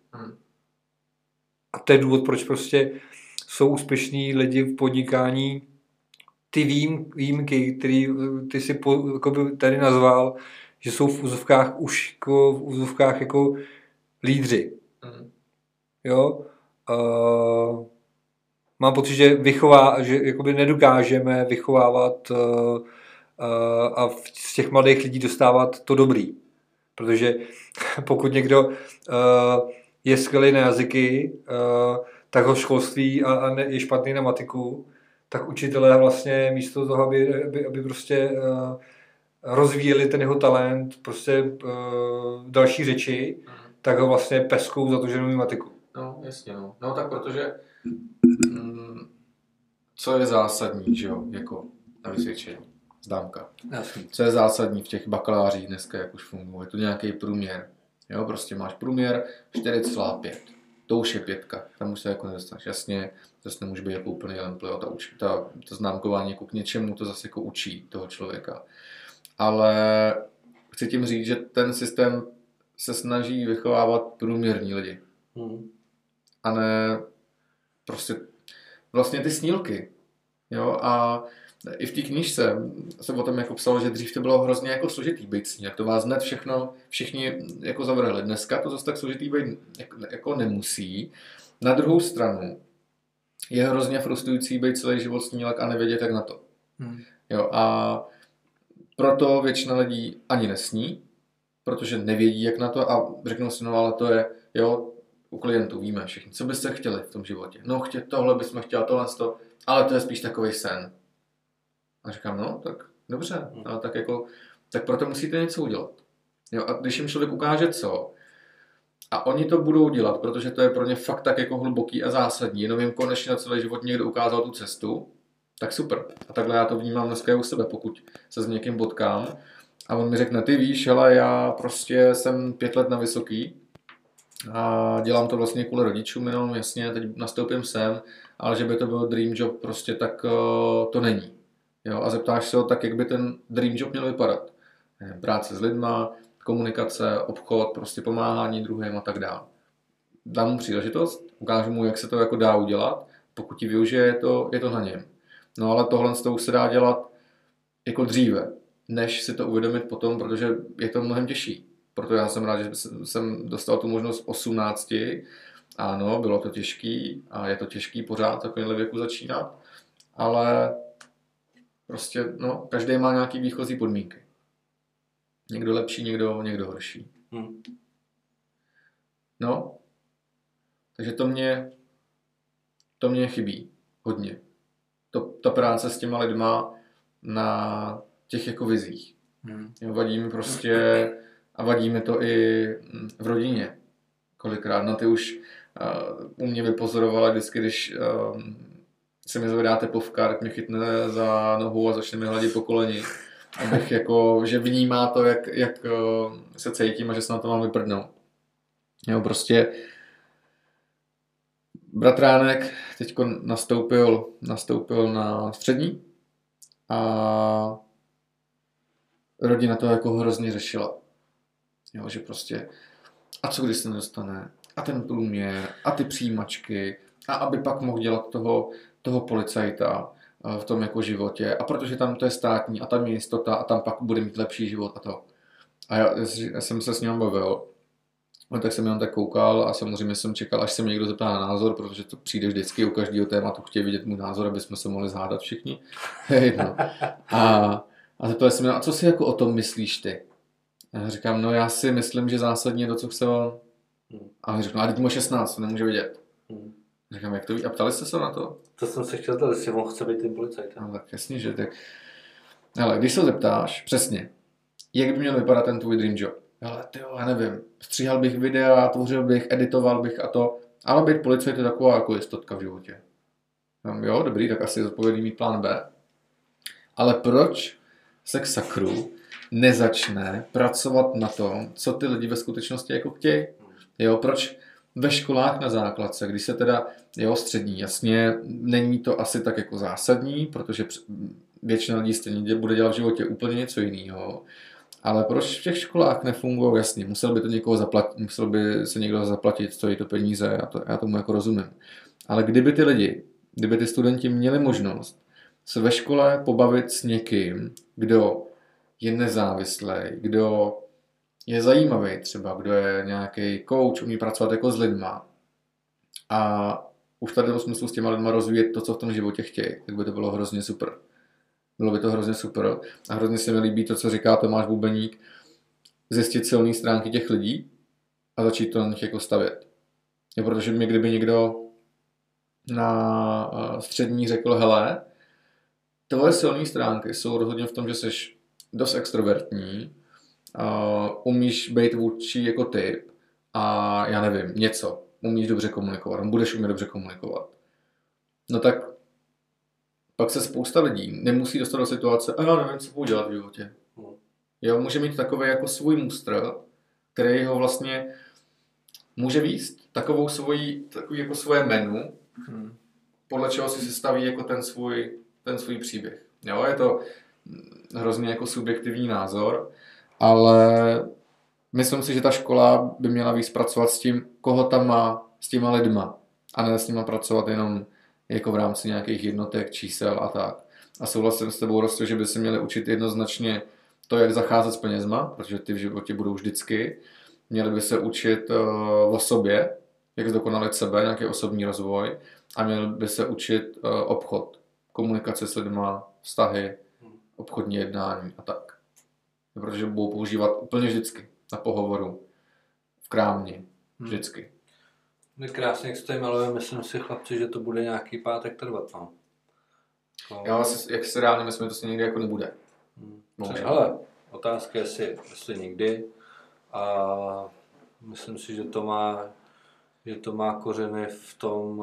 A to je důvod, proč prostě jsou úspěšní lidi v podnikání. Ty výjimky, které ty si tady nazval, že jsou v úzovkách jako lídři. Jo? Mám pocit, že jakoby nedokážeme vychovávat a z těch mladých lidí dostávat to dobrý. Protože pokud někdo je skvělý na jazyky, tak ho školství a je špatný na matiku, tak učitelé vlastně místo toho, aby prostě rozvíjeli ten jeho talent, prostě další řeči, tak ho vlastně peskou za to, že neumí matiku. No, jasně, no. No tak protože co je zásadní, že jo, jako na vysvědčení, známka. Jasně. Co je zásadní v těch bakalářích dneska, jak už funguje, je to nějaký průměr. Jo, prostě máš průměr 4,5. To už je 5. Tam už se jako nedostaneš. Jasně, zase nemůže být jako úplný lemplio. Ta známkování jako k něčemu to zase jako učí toho člověka. Ale chci tím říct, že ten systém se snaží vychovávat průměrní lidi. A ne prostě vlastně ty snílky. Jo, a i v té knížce se o tom jako psalo, že dřív to bylo hrozně jako složitý být snílek. To vás hned všichni jako zavrhli. Dneska to zase tak složitý být jako nemusí. Na druhou stranu je hrozně frustrující být celý život snílek a nevědět, jak na to. Jo, a proto většina lidí ani nesní, protože nevědí, jak na to a řeknou si, no ale to je, jo, u klientů víme všichni, co byste chtěli v tom životě. No tohle bychom chtěli, tohle, ale to je spíš takovej sen. A říkám, no, tak dobře, ale tak proto musíte něco udělat. Jo, a když jim člověk ukáže co, a oni to budou dělat, protože to je pro ně fakt tak jako hluboký a zásadní, jenom jim konečně na celý život někdo ukázal tu cestu, tak super. A takhle já to vnímám dneska u sebe, pokud se s někým potkám a on mi řekne, ty víš, hele, já prostě jsem 5 let na vysoký a dělám to vlastně kvůli rodičům, jenom jasně, teď nastoupím sem, ale že by to byl dream job, prostě tak to není. Jo, a zeptáš se ho tak, jak by ten dream job měl vypadat. Práce s lidma, komunikace, obchod, prostě pomáhání druhým a tak dále. Dám mu příležitost, ukážu mu, jak se to jako dá udělat, pokud ji využije, je to na něm. No ale tohle s tou se dá dělat jako dříve, než si to uvědomit potom, protože je to mnohem těžší. Proto já jsem rád, že jsem dostal tu možnost 18. Ano, bylo to těžký a je to těžký pořád takovýmhle věku začínat, ale prostě, no, každý má nějaký výchozí podmínky. Někdo lepší, někdo horší. No, takže to mě chybí hodně. Ta práce s těma lidma na těch jako vizích. Jo, vadí mi prostě a vadí mi to i v rodině. Kolikrát na ty už u mě vypozorovala vždycky, když se mi zvedá teplovka, tak mě chytne za nohu a začne mi hladit po koleni. Abych jako, že vnímá to, jak se cítím a že se na to mám vyprdnout. Jo, prostě bratránek teďko nastoupil na střední a rodina to jako hrozně řešila. Jo, že prostě a co když se nedostane, a ten průměr, a ty přijímačky, a aby pak mohl dělat toho policajta v tom jako životě, a protože tam to je státní, a tam je jistota, a tam pak bude mít lepší život a to. A já jsem se s ním bavil, no, tak jsem jenom tak koukal a samozřejmě jsem čekal, až se mě někdo zeptá na názor, protože to přijde vždycky u každého tématu, chtějí vidět můj názor, aby jsme se mohli zhádat všichni. No. A zeptal jsem mě, a co si jako o tom myslíš ty? A já říkám, no já si myslím, že zásadně to, co chce on. A on řekl, no a teď mu 16, to nemůže vidět. Říkám, jak to ví? A ptali jste se na to? To jsem se chtěl zeptat, jestli on chce být tím policajtem. No tak jasně, že tak. Ale když se zeptáš, přesně, jak by měl vypadat ten tvůj dream job? Ale tyjo, já nevím, stříhal bych videa, tvořil bych, editoval bych a to, ale být policajt je taková jako jistotka v životě. Jo, dobrý, tak asi je zodpovědný mít plán B. Ale proč se k sakru nezačne pracovat na tom, co ty lidi ve skutečnosti jako chtějí? Jo, proč ve školách na základce, když se teda, jo, střední, jasně, není to asi tak jako zásadní, protože většina lidí stejně bude dělat v životě úplně něco jiného. Ale proč v těch školách nefungují? Jasně, musel by to někoho zaplatit, musel by se někdo zaplatit, stojí to peníze, já tomu jako rozumím. Ale kdyby ty studenti měli možnost se ve škole pobavit s někým, kdo je nezávislý, kdo je zajímavý třeba, kdo je nějaký coach, umí pracovat jako s lidma a už tady v smyslu s těma lidma rozvíjet to, co v tom životě chtějí, tak by to bylo hrozně super. Bylo by to hrozně super a hrozně se mi líbí to, co říká Tomáš Bubeník, zjistit silné stránky těch lidí a začít to na nich jako stavět. Jo, protože mi kdyby někdo na střední řekl, hele, tvoje silné stránky jsou rozhodně v tom, že jsi dost extrovertní, umíš být vůdčí jako typ a já nevím, něco, umíš dobře komunikovat, budeš umět dobře komunikovat. No tak pak se spousta lidí nemusí dostat do situace, a já nevím, co budu dělat v životě. Jo, může mít takový jako svůj mustr, který ho vlastně může vést takový jako svoje menu, podle čeho si staví jako ten svůj příběh. Jo, je to hrozně jako subjektivní názor, ale myslím si, že ta škola by měla víc pracovat s tím, koho tam má, s těma lidma, a ne s nima pracovat jenom jako v rámci nějakých jednotek, čísel a tak. A souhlasím s tebou, Rosto, že by se měli učit jednoznačně to, jak zacházet s penězma, protože ty v životě budou vždycky. Měli by se učit o sobě, jak zdokonalit sebe, nějaký osobní rozvoj, a měli by se učit obchod, komunikace s lidma, vztahy, obchodní jednání a tak. Protože budou používat úplně vždycky na pohovoru, v krámě, vždycky. Krásně, jak se tady maluje, myslím si, chlapci, že to bude nějaký pátek trvat, no. Já jak se reálně myslím, že to se někdy jako nebude. Ale otázka je, jestli někdy. A myslím si, že to má kořeny v tom,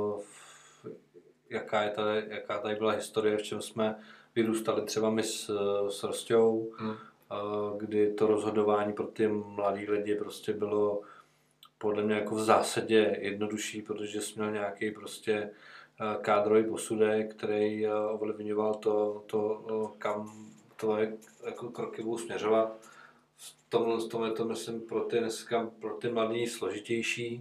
jaká tady byla historie, v čem jsme vyrůstali třeba my s Rostou, kdy to rozhodování pro ty mladý lidi prostě bylo podle mě jako v zásadě jednodušší, protože jsme měl nějaký prostě kádrový posudek, který ovlivňoval to kam tvoje jako kroky budou směřovat. V tomhle to myslím pro ty mladý složitější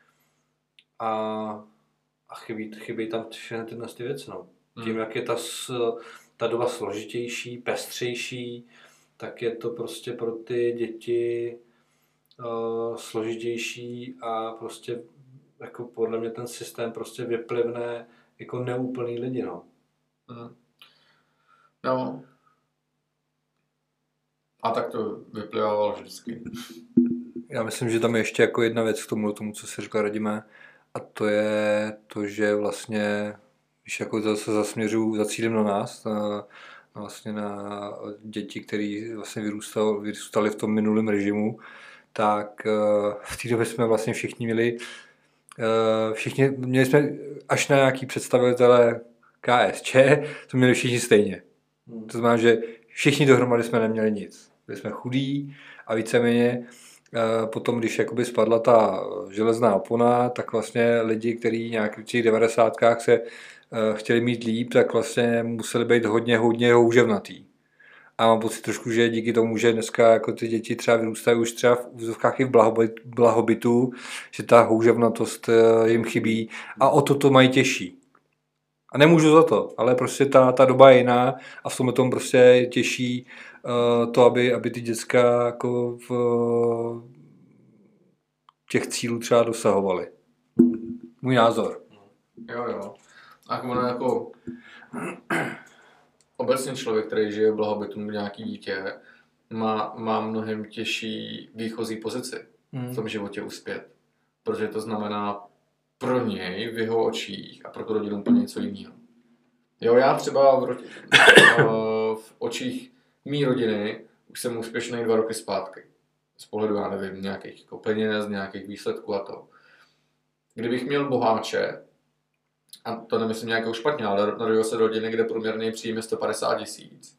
a chybí tam všechny tyhle věci. No. Tím, jak je ta doba složitější, pestřejší, tak je to prostě pro ty děti složitější a prostě jako podle mě ten systém prostě vyplivne jako neúplný lidi, no. No. A tak to vyplivalo vždycky. Já myslím, že tam je ještě jako jedna věc k tomu, co si říkal Radime, a to je to, že vlastně, když jako zase zacílím na nás, vlastně na děti, které vlastně vyrůstaly v tom minulém režimu, tak v té době jsme vlastně měli jsme až na nějaký představitele KSČ, to měli všichni stejně. To znamená, že všichni dohromady jsme neměli nic. Byli jsme chudí a víceméně potom, když jakoby spadla ta železná opona, tak vlastně lidi, kteří nějak v těch 90kách se chtěli mít líp, tak vlastně museli být hodně houževnatý. A mám pocit trošku, že díky tomu, že dneska jako ty děti třeba vyrůstají už třeba v úzovkách i v blahobytu, že ta houževnatost jim chybí a o to mají těžší. A nemůžu za to, ale prostě ta doba je jiná a v tomhle tom prostě je těžší to, aby ty děcka jako v těch cílů třeba dosahovaly. Můj názor. Jo. A ono jako obecně člověk, který žije v blahobytu nebo nějaký dítě, má mnohem těžší výchozí pozici v tom životě uspět. Protože to znamená pro něj v jeho očích a pro tu rodinu úplně něco jiného. Jo, já třeba v očích mý rodiny už jsem úspěšný 2 roky zpátky. Z pohledu, já nevím, nějakých jako peněz, nějakých výsledků a to. Kdybych měl boháče, a to nemyslím nějakou špatně, ale narodil se do rodiny, kde průměrný příjem je 150 000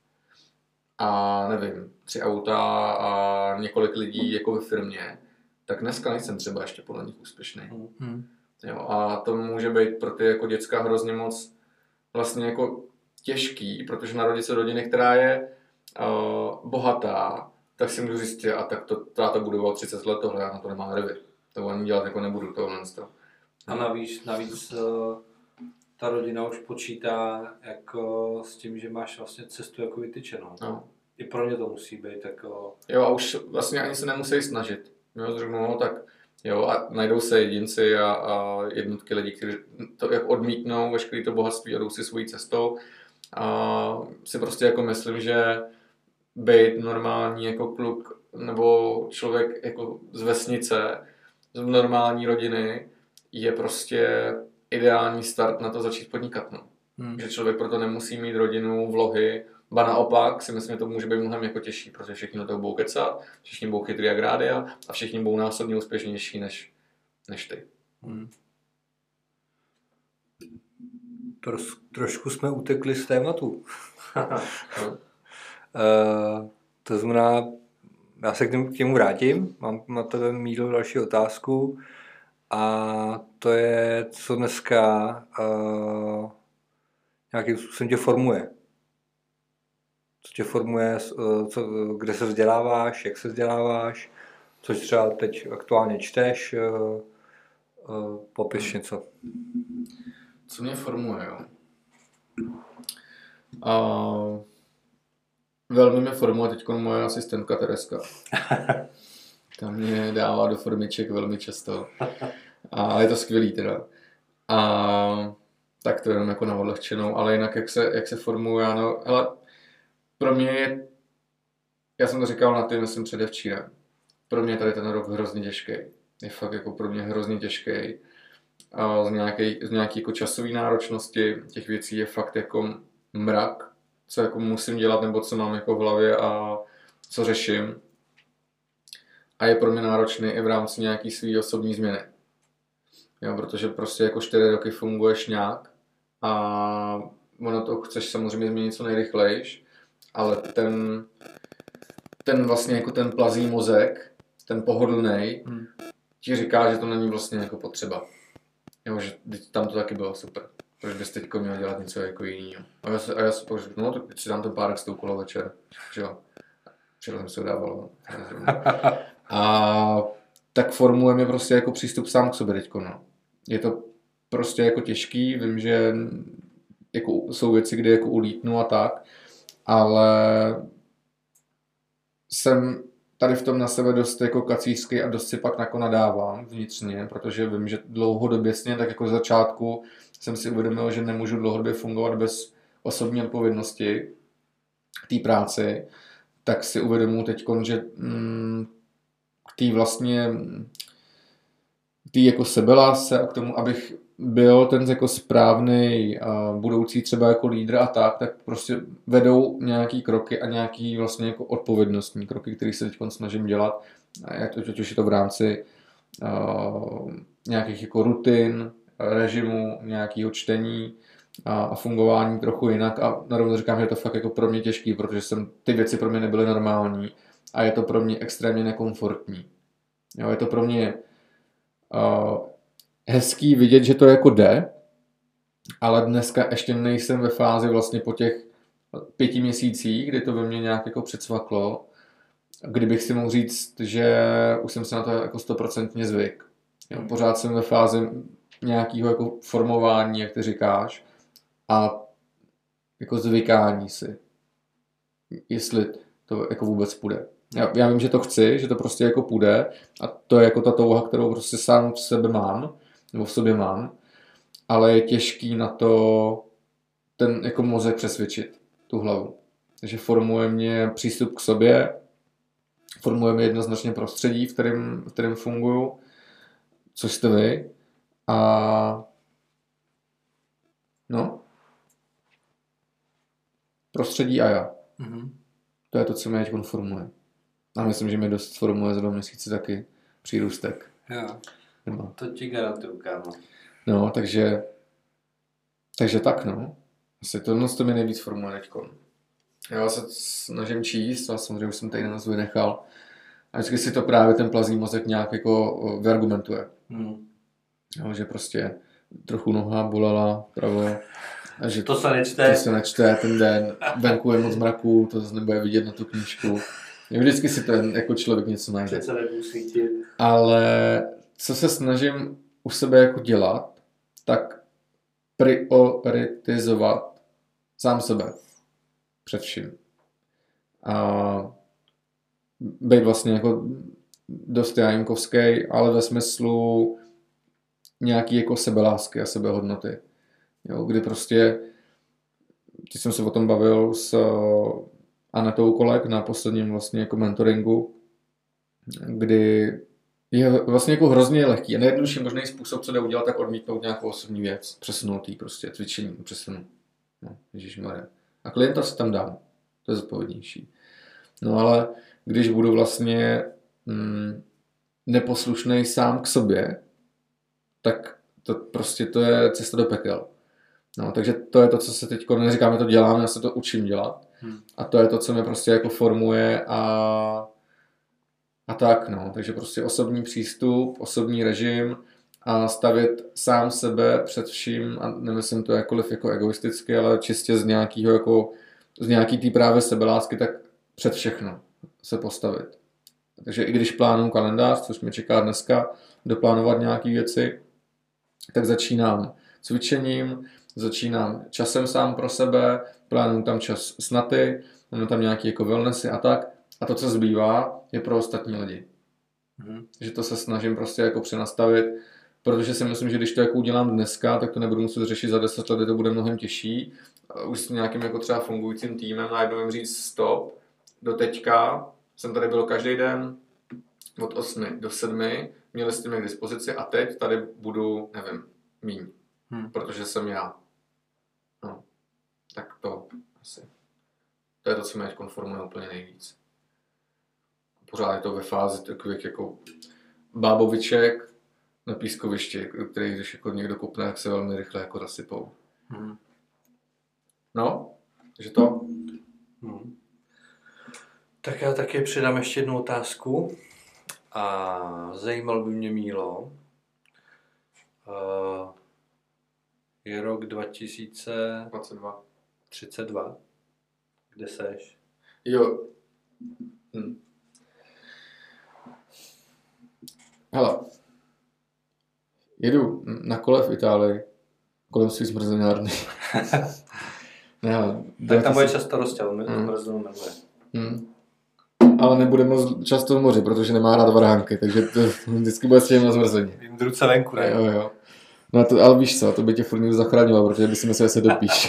a nevím, 3 auta a několik lidí jako ve firmě, tak dneska nejsem třeba ještě podle nich úspěšný. Jo, a to může být pro ty jako děcka hrozně moc vlastně jako těžký, protože narodit se do rodiny, která je bohatá, tak si můžu říct, a tak to táta budoval 30 let tohle, já na to nemám nervy. To ani dělat jako nebudu tohle. A navíc ta rodina už počítá jako s tím, že máš vlastně cestu jako vytyčenou. No. I pro ně to musí být jako... Jo, a už vlastně ani se nemusí snažit. Jo, řeknu, no tak jo, a najdou se jedinci a jednotky lidí, kteří to jako odmítnou veškeré to bohatství a jdou si svojí cestou. A si prostě jako myslím, že být normální jako kluk nebo člověk jako z vesnice, z normální rodiny je prostě ideální start na to začít podnikat. No. Že člověk proto nemusí mít rodinu, vlohy, ba naopak si myslím, že to může být mnohem jako těžší, protože všichni do toho budou kecat, všichni budou chytrý jak rádia a všichni budou násobně úspěšnější než ty. Trošku jsme utekli z tématu. To znamená, já se k němu vrátím, mám na tebe, Mílo, další otázku a to je, co dneska nějakým způsobem tě formuje. Co tě formuje, kde se vzděláváš, jak se vzděláváš, co třeba teď aktuálně čteš, popiš něco. Co mě formuje, jo? Velmi mě formuje teď moje asistentka Tereska. Ta mě dává do formiček velmi často. A je to skvělý teda. A tak to jenom jako na odlehčenou, ale jinak jak se formuje, ano, hele, pro mě je, já jsem to říkal na tím, myslím předevčírem, pro mě tady ten rok hrozně těžký. Je fakt jako pro mě hrozně těžký. A z nějaké jako časové náročnosti těch věcí je fakt jako mrak, co jako musím dělat nebo co mám jako v hlavě a co řeším. A je pro mě náročný i v rámci nějaký svý osobní změny. Jo, protože prostě jako 4 roky funguješ nějak a ono to chceš samozřejmě změnit co nejrychlejš, ale ten vlastně jako ten plazí mozek, ten pohodlnej, ti říká, že to není vlastně jako potřeba. Jo, že tam to taky bylo super. Proč bys teďko měl dělat něco jako jinýho. A já si pak řeknu, no tak si dám ten párek s tou kolou večer. Že jo. Včera jsem se udával. A tak formuje mě prostě jako přístup sám k sobě teďko, no. Je to prostě jako těžký, vím, že jako jsou věci, kde jako ulítnu a tak, ale jsem tady v tom na sebe dost jako kacířský a dost si pak jako nadávám vnitřně, protože vím, že dlouhodobě tak jako z začátku jsem si uvědomil, že nemůžu dlouhodobě fungovat bez osobní odpovědnosti k té práci, tak si uvědomuji teď, že k té vlastně jako sebelásce a k tomu, abych byl ten jako správný budoucí třeba jako lídr a tak prostě vedou nějaký kroky a nějaký vlastně jako odpovědnostní kroky, které se teď snažím dělat, ať už je to v rámci nějakých jako rutin, režimu, nějakého čtení a fungování trochu jinak a narovno říkám, že je to fakt jako pro mě těžký, protože ty věci pro mě nebyly normální a je to pro mě extrémně nekomfortní. Jo, je to pro mě hezký vidět, že to jako jde, ale dneska ještě nejsem ve fázi vlastně po těch 5 měsících, kdy to ve mně nějak jako předsvaklo, kdybych si mohl říct, že už jsem se na to jako 100% zvyk. Jo, pořád jsem ve fázi nějakého jako formování, jak ty říkáš, a jako zvykání si, jestli to jako vůbec půjde. Já vím, že to chci, že to prostě jako půjde a to je jako ta touha, kterou prostě sám v sebe mám, nebo v sobě mám, ale je těžký na to ten jako mozek přesvědčit, tu hlavu. Takže formuje mě přístup k sobě, formuje mě jednoznačně prostředí, v kterém funguju, což jste vy. A no, prostředí a já. Mm-hmm. To je to, co mě teď formuje. A myslím, že mě dost formuje za 2 měsíce taky přírůstek. Jo, to ti garantuju, kámo. No, takže tak, no. Asi to mě nejvíc formuje teďko. Já se snažím číst, a samozřejmě už jsem tady na nás vynechal. A vždycky si to právě ten plazí mozek nějak jako vyargumentuje. Jo, že prostě trochu noha bolela pravo. A že to se nečte. To se nečte ten den. Venku je moc mraku, to zase nebude vidět na tu knížku. Vždycky si ten jako člověk něco najde. Přece nebudu svítit. Ale co se snažím u sebe jako dělat, tak prioritizovat sám sebe před vším. A být vlastně jako dost jajinkovský, ale ve smyslu nějaký jako sebelásky a sebehodnoty. Jo, kdy prostě, teď jsem se o tom bavil s Anetou Kolek na posledním vlastně jako mentoringu, kdy je vlastně jako hrozně lehký a nejjednodušší možný způsob, co jde udělat, tak odmítnout nějakou osobní věc, přesunout jí prostě, cvičení, přesunu. No, ježišmarja. A klienta si tam dám, to je zodpovědnější. No ale když budu vlastně neposlušnej sám k sobě, tak to je cesta do pekel. No, takže to je to, co se teď, neříkáme to dělám, já se to učím dělat. A to je to, co mě prostě jako formuje a tak, no. Takže prostě osobní přístup, osobní režim a stavět sám sebe před vším, a nemyslím to jakkoliv jako egoisticky, ale čistě z nějaký té právě sebelásky, tak před všechno se postavit. Takže i když plánuju kalendář, což mě čeká dneska, doplánovat nějaké věci, tak začínám cvičením, začínám časem sám pro sebe, plánuju tam čas s Naty, mám tam nějaké jako wellnessy a tak. A to, co zbývá, je pro ostatní lidi. Že to se snažím prostě jako přenastavit, protože si myslím, že když to jako udělám dneska, tak to nebudu muset řešit za 10 let, to bude mnohem těžší. Už s nějakým jako třeba fungujícím týmem najednou jim říct stop. Do teďka jsem tady byl každý den od 8 do 7, měli jste mě k dispozici a teď tady budu, nevím, míň. Protože jsem já. No, tak to asi. To je to, co mě teď konformuje úplně nejvíc. Pořád je to ve fázi takových jako báboviček na pískovišti, který když jako někdo kopne, tak se velmi rychle jako zasypou. No, takže to. Tak já taky přidám ještě jednu otázku. A zajímal by mě, Mílo, je rok 2032. Kde seš? Jo. Hele, jedu na kole v Itálii, kolem svých zmrzenárny. Tak tam bude často rozťal, zmrzlinu nebude. Ale nebude moc často v moři, protože nemá rád varhánky, takže to vždycky bude stejně na zmrzení. Jím druce venku, ne? Jo. No to, ale víš co, to by tě furt někdo zachraňoval, protože by si myslel, že se dopíš.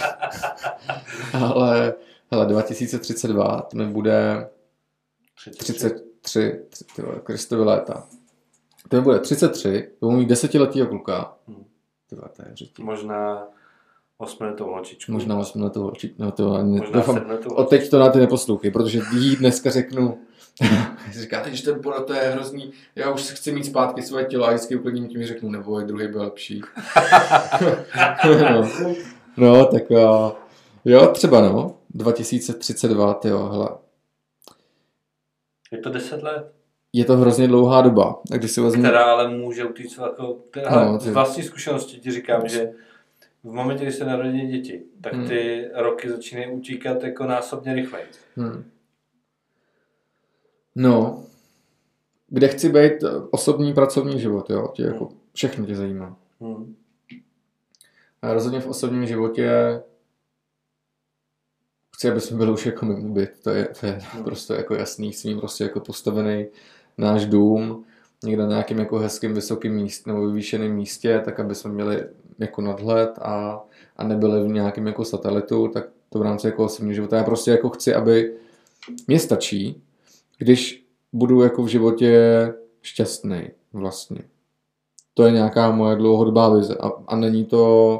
Ale hele, 2032, to mi bude Kristovy léta. To bude 33, to budu mít 10letýho kluka. To je řití. Možná 8letou holčičku. Možná 8letou holčičku. No to ani Možná doufám, 7letou holčičku. od teď to na ty neposlouchej, protože jí dneska řeknu, říkáte, že ten porod to je hrozný, já už chci mít zpátky svoje tělo a vždycky uklidním tím řeknu, neboj, druhý byl lepší. no, tak jo, třeba 2032, tyjo, hele. Je to 10 let? Je to hrozně dlouhá doba. A když si vezmu... Která ale může utíct jako... Z vlastní zkušenosti ti říkám, že v momentě, kdy se narodí děti, tak ty roky začínají utíkat jako násobně rychleji. No, kde chci být osobní, pracovní život, jo? Tě jako všechno tě zajímá. A rozhodně v osobním životě chci, aby jsme byli už jako mimo byt, to je prostě jako jasný, chci mít prostě jako postavený náš dům, někde na nějakým jako hezkým vysokým místě nebo vyvýšeném místě, tak aby jsme měli jako nadhled a nebyli v nějakém jako satelitu, tak to v rámci jako osobního života. Já prostě jako chci, aby mě stačí, když budu jako v životě šťastný vlastně. To je nějaká moje dlouhodobá vize a není to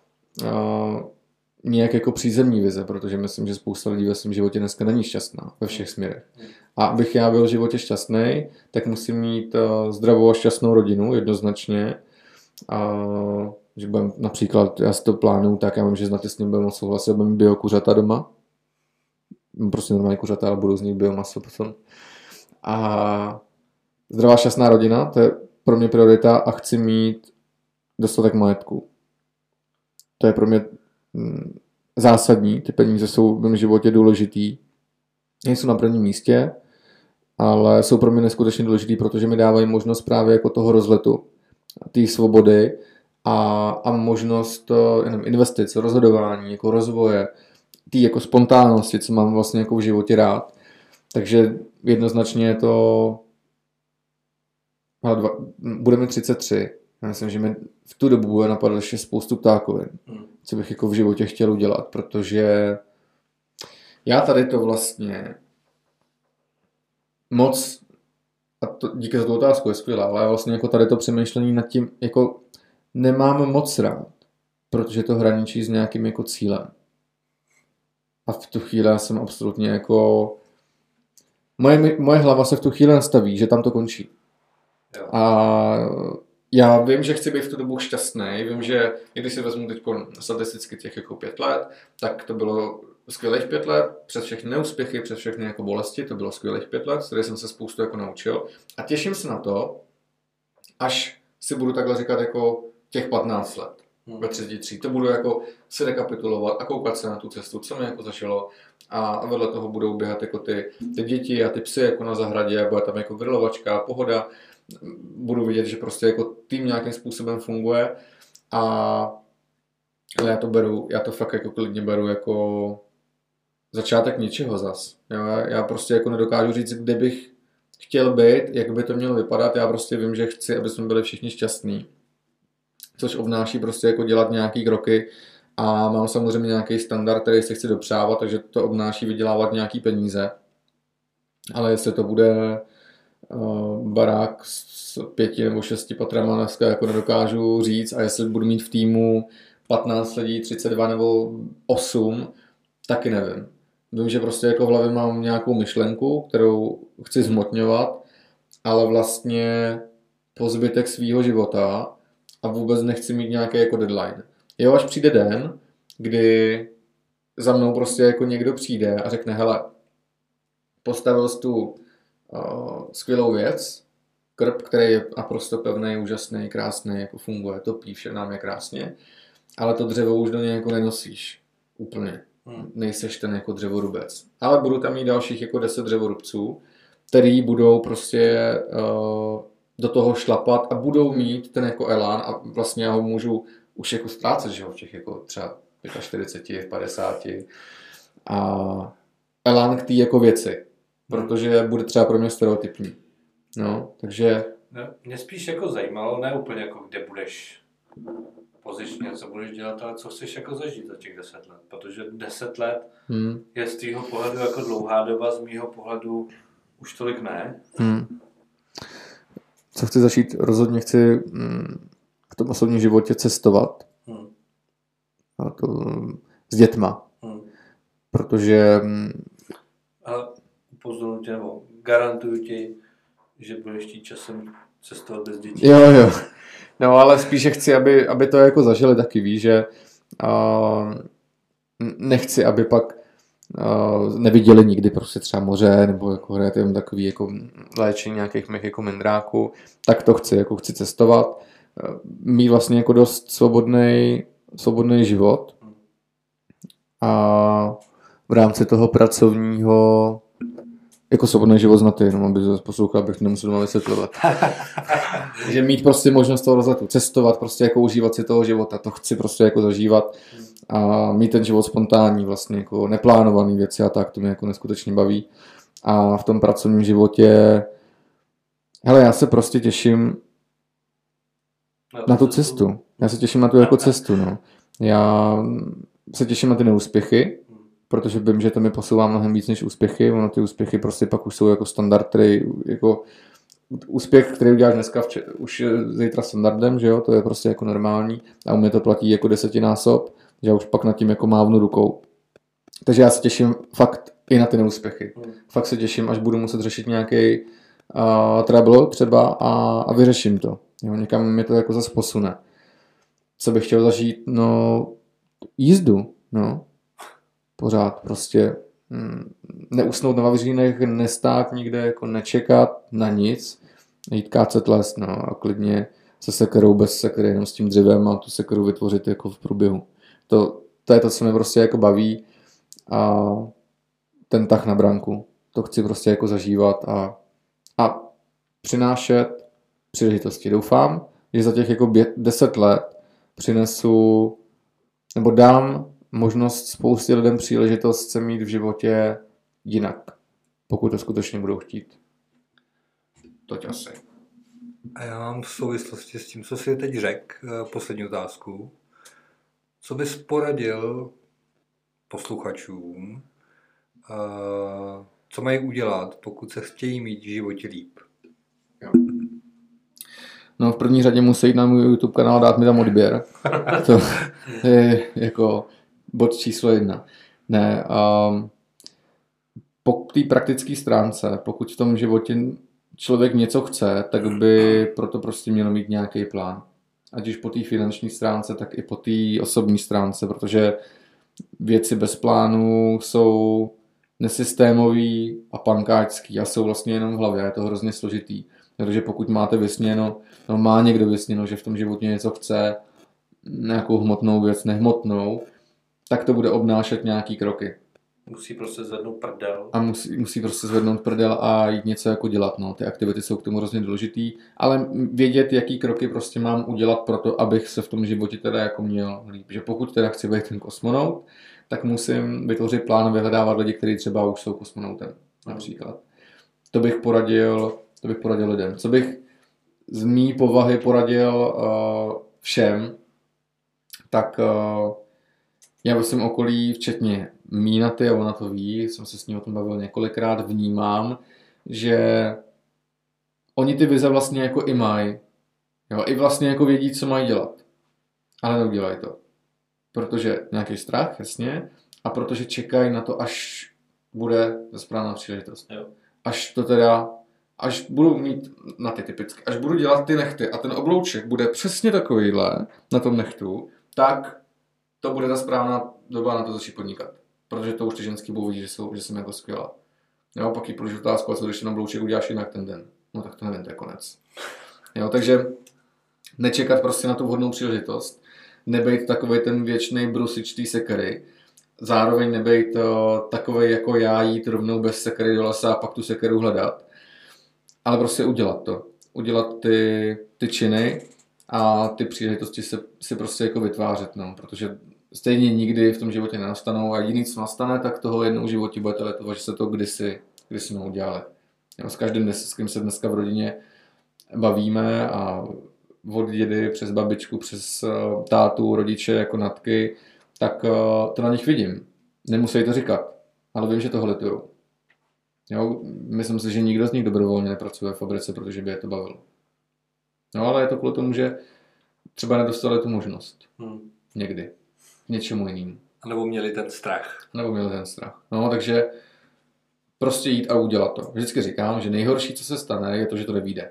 nějak jako přízemní vize, protože myslím, že spousta lidí ve svém životě dneska není šťastná ve všech směrech. A abych já byl v životě šťastný, tak musím mít zdravou a šťastnou rodinu jednoznačně. Že budem, například, já si to plánuju tak, já vím, že snad s ním budeme souhlasit, budeme mít biokuřata doma. Prostě normální kuřata, ale budou z nich biomaso potom. A zdravá šťastná rodina, to je pro mě priorita a chci mít dostatek majetku. To je pro mě zásadní, ty peníze jsou v mém životě důležitý. Nejsou na prvním místě, ale jsou pro mě neskutečně důležitý, protože mi dávají možnost právě jako toho rozletu, té svobody a možnost investic, rozhodování, jako rozvoje, té jako spontánnosti, co mám vlastně jako v životě rád. Takže jednoznačně je to... Budeme 33. Já myslím, že mi v tu dobu bude napadat ještě spoustu ptákovin, co bych jako v životě chtěl udělat, protože já tady to vlastně moc, a to, díky za tu otázku, je skvělá, ale já vlastně jako tady to přemýšlení nad tím, jako nemám moc rád, protože to hraničí s nějakým jako cílem. A v tu chvíli já jsem absolutně jako... Moje hlava se v tu chvíli nastaví, že tam to končí. Jo. A já vím, že chci být v tu dobu šťastný, vím, že když si vezmu teď statisticky těch jako 5 let, tak to bylo skvělých 5 let, přes všechny neúspěchy, přes všechny jako bolesti, to bylo skvělých 5 let, z kterých jsem se spoustu jako naučil. A těším se na to, až si budu takhle říkat jako těch 15 let. Ve 33. To budu jako si rekapitulovat a koukat se na tu cestu, co mi jako zašilo. A vedle toho budou běhat jako ty děti a ty psy jako na zahradě, bude tam jako grilovačka, pohoda. Budu vidět, že prostě jako tým nějakým způsobem funguje a já to fakt jako klidně beru jako začátek něčeho zas. Jo? Já prostě jako nedokážu říct, kde bych chtěl být, jak by to mělo vypadat. Já prostě vím, že chci, aby jsme byli všichni šťastní. Což obnáší prostě jako dělat nějaký kroky a mám samozřejmě nějaký standard, který si chci dopřávat, takže to obnáší vydělávat nějaký peníze. Ale jestli to bude barák s 5 nebo 6 patrama, dneska jako nedokážu říct, a jestli budu mít v týmu 15 lidí, 32 nebo 8, taky nevím. Vím, že prostě jako v hlavě mám nějakou myšlenku, kterou chci zhmotňovat, ale vlastně po zbytek svýho života a vůbec nechci mít nějaký jako deadline. Jo, až přijde den, kdy za mnou prostě jako někdo přijde a řekne, hele, postavil jsi tu skvělou věc, krb, který je naprosto pevný, úžasný, krásný, jako funguje, topí, vše nám je krásně, ale to dřevo už do něj jako nenosíš úplně. Nejseš ten jako dřevorubec. Ale budu tam mít dalších jako 10 dřevorubců, který budou prostě do toho šlapat a budou mít ten jako elán a vlastně já ho můžu už jako ztrácet, že ho v těch jako třeba 45, 50 a elán k té jako věci, protože bude třeba pro mě stereotypní. No, takže... Mě spíš jako zajímalo, ne úplně jako kde budeš pozičně, co budeš dělat, ale co chceš jako zažít za těch 10 let, protože 10 let je z tvýho pohledu jako dlouhá doba, z mýho pohledu Už tolik ne. Co chci začít? Rozhodně chci v tom osobním životě cestovat. A to s dětma. Protože... A upozorňuji tě, nebo garantuju ti, že budeš chtít časem cestovat bez dětí. Jo. No ale spíše chci, aby to jako zažili taky, víš, že nechci, aby pak neviděli nikdy prostě třeba moře, nebo jako hrajete takový jako léčení nějakých mých jako mindráků, tak to chci cestovat, mít vlastně jako dost svobodný život a v rámci toho pracovního jako svobodný život znatý, jenom aby poslouchal, abych nemusel doma vysvětlovat. Že mít prostě možnost toho rozletu, cestovat, prostě jako užívat si toho života, to chci prostě jako zažívat a mít ten život spontánní, vlastně jako neplánovaný věci a tak, to mě jako neskutečně baví. A v tom pracovním životě, hele, já se prostě těším na tu cestu. Já se těším na tu jako cestu, no. Já se těším na ty neúspěchy, protože vím, že to mi posouvá mnohem víc než úspěchy. Ono ty úspěchy prostě pak už jsou jako standard, který jako úspěch, který uděláš dneska, už je zítra standardem, že jo, to je prostě jako normální a u mě to platí jako 10násob, že já už pak nad tím jako mávnu rukou. Takže já se těším fakt i na ty neúspěchy. Fakt se těším, až budu muset řešit nějaký trouble třeba a vyřeším to. Jo, někam mě to jako zase posune. Co bych chtěl zažít? No, jízdu, no. Pořád prostě neusnout na vavřínech, nestát nikde, jako nečekat na nic, jít kácet les, no a klidně se sekerou, bez sekery, jenom s tím dřevem a tu sekeru vytvořit jako v průběhu. To je to, co mě prostě jako baví a ten tah na branku, to chci prostě jako zažívat a přinášet příležitosti. Doufám, že za těch jako 10 let přinesu nebo dám možnost spoustě lidem příležitost se mít v životě jinak, pokud to skutečně budou chtít. Toť asi. A já mám v souvislosti s tím, co jsi teď řekl, poslední otázku. Co bys poradil posluchačům, co mají udělat, pokud se chtějí mít v životě líp? Jo. No v první řadě musí jít na můj YouTube kanál, dát mi tam odběr. To je jako bod číslo 1. Ne, po té praktické stránce, pokud v tom životě člověk něco chce, tak by proto prostě mělo mít nějaký plán. Ať už po té finanční stránce, tak i po té osobní stránce, protože věci bez plánu jsou nesystémový a pankáčský a jsou vlastně jenom v hlavě, je to hrozně složitý. Protože pokud máte vysněno, no má někdo vysněno, že v tom životě něco chce, nějakou hmotnou věc, nehmotnou, tak to bude obnášet nějaký kroky. Musí prostě zvednout prdel. A musí prostě zvednout prdel a jít něco jako dělat. No. Ty aktivity jsou k tomu hrozně důležitý, ale vědět, jaký kroky prostě mám udělat pro to, abych se v tom životě teda jako měl líp. Že pokud teda chci být ten kosmonaut, tak musím vytvořit plán a vyhledávat lidi, kteří třeba už jsou kosmonautem, například. To bych poradil lidem. Co bych z mý povahy poradil všem, tak já ve svém okolí, včetně Mínaty, a ona to ví, jsem se s ní o tom bavil několikrát, vnímám, že oni ty vize vlastně jako i mají. Jo, i vlastně jako vědí, co mají dělat. Ale neudělají to. Protože nějaký strach, jasně, a protože čekají na to, až bude ta správná příležitost. Jo. Až budu mít na ty typicky, až budu dělat ty nechty a ten oblouček bude přesně takovýhle na tom nechtu, tak to bude ta správná doba na to začít podnikat. Protože to už ty ženský budou vidět, že jsem jako skvělá. Jo, pak jí položí otázku, a co když ten oblouček uděláš jinak ten den. No tak to nevím, to je konec. Jo, takže nečekat prostě na tu vhodnou příležitost, nebejt takovej ten věčný brusič té sekery, zároveň nebejt takovej jako já jít rovnou bez sekery do lesa a pak tu sekeru hledat, ale prostě udělat to. Udělat ty činy a ty příležitosti si prostě jako vytvářet, no, protože stejně nikdy v tom životě nenastanou a jediný, co nastane, tak toho jednou v životě budete letovat, že se to kdysi udělali. S každým, s kým se dneska v rodině bavíme a od dědy přes babičku, přes tátu, rodiče jako natky, tak to na nich vidím. Nemusí to říkat, ale vím, že toho litujou. Jo, myslím si, že nikdo z nich dobrovolně nepracuje v fabrice, protože by je to bavilo. No ale je to kvůli tomu, že třeba nedostali tu možnost. Někdy. K něčemu jinému. A nebo měli ten strach. No, takže prostě jít a udělat to. Vždycky říkám, že nejhorší, co se stane, je to, že to nevyjde.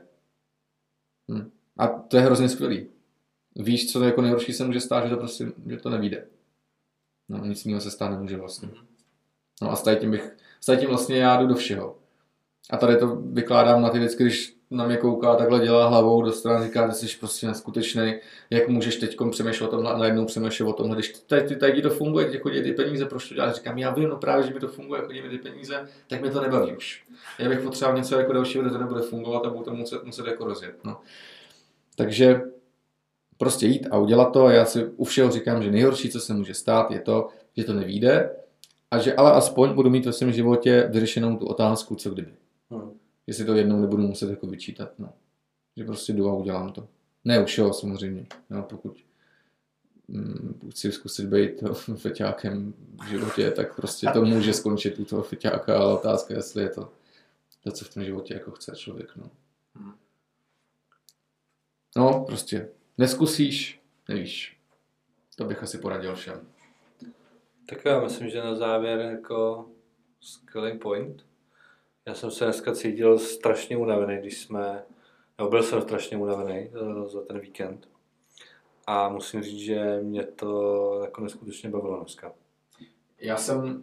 A to je hrozně skvělý. Víš, co to jako nejhorší se může stát, že to nevyjde. No, nic jiného se stát nemůže vlastně. No a s tím vlastně já jdu do všeho. A tady to vykládám na ty vždycky, když na mě kouká, takhle dělá hlavou do strany, říká, že jsi prostě neskutečnej, jak můžeš teďkom přemýšlet o tomhle a najednou přemýšlet o tomhle, když tady to funguje, teď chodí ty peníze, proč to děláš? Říkám, já vím, no právě, že mi to funguje, chodí mi ty peníze, tak mi to nebaví už. Já bych potřeboval něco jako dalšího, kde to nebude fungovat a budu to muset jako rozjet. No. Takže prostě jít a udělat to a já si u všeho říkám, že nejhorší, co se může stát, je to, že to nevyjde a že ale aspoň budu mít ve svém životě vyřešenou tu otázku, co kdyby. Jestli to jednou nebudu muset jako vyčítat, no. Že prostě jdu a udělám to. Ne u všeho samozřejmě, no, pokud chci zkusit být feťákem v životě, tak prostě to může skončit u toho feťáka, ale otázka je, jestli je to, co v tom životě jako chce člověk, no. No, prostě neskusíš, nevíš. To bych asi poradil všem. Tak já myslím, že na závěr jako skvělý point. Já jsem se dneska cítil strašně unavený, byl jsem strašně unavený za ten víkend. A musím říct, že mě to jako neskutečně bavilo dneska. Já jsem,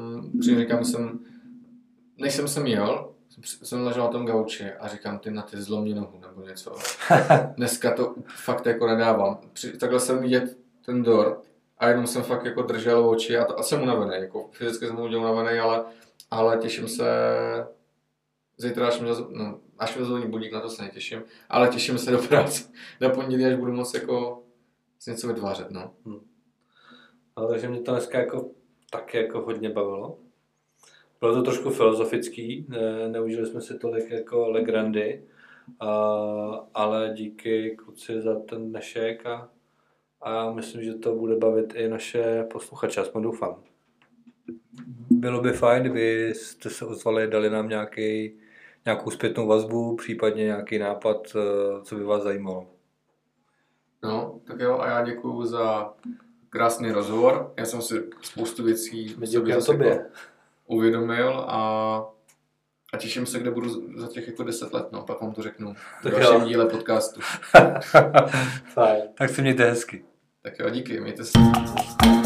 než jsem sem jel, jsem ležel na tom gauči a říkám, ty na ty zlomí nohu nebo něco. Dneska to fakt jako nedávám. Takhle jsem vidět ten dort a jenom jsem fakt jako držel oči a jsem unavený, jako fyzicky jsem udělal unavený, ale těším se, zítra až mi zvoní budík, na to se netěším, ale těším se do práce na pondělí, až budu moct jako něco vytvářet, no. Ale takže mě to dneska taky hodně bavilo. Bylo to trošku filozofický, neužili jsme si tolik jako legrandy, ale díky kluci za ten dnešek a myslím, že to bude bavit i naše posluchače, aspoň doufám. Bylo by fajn, kdybyste se ozvali, dali nám nějakou zpětnou vazbu, případně nějaký nápad, co by vás zajímalo. No, tak jo, a já děkuju za krásný rozhovor. Já jsem si spoustu věcí uvědomil a těším se, kde budu za těch jako 10 let, no, pak vám to řeknu v dalším díle podcastu. Tak se mějte hezky. Tak jo, díky, mějte se.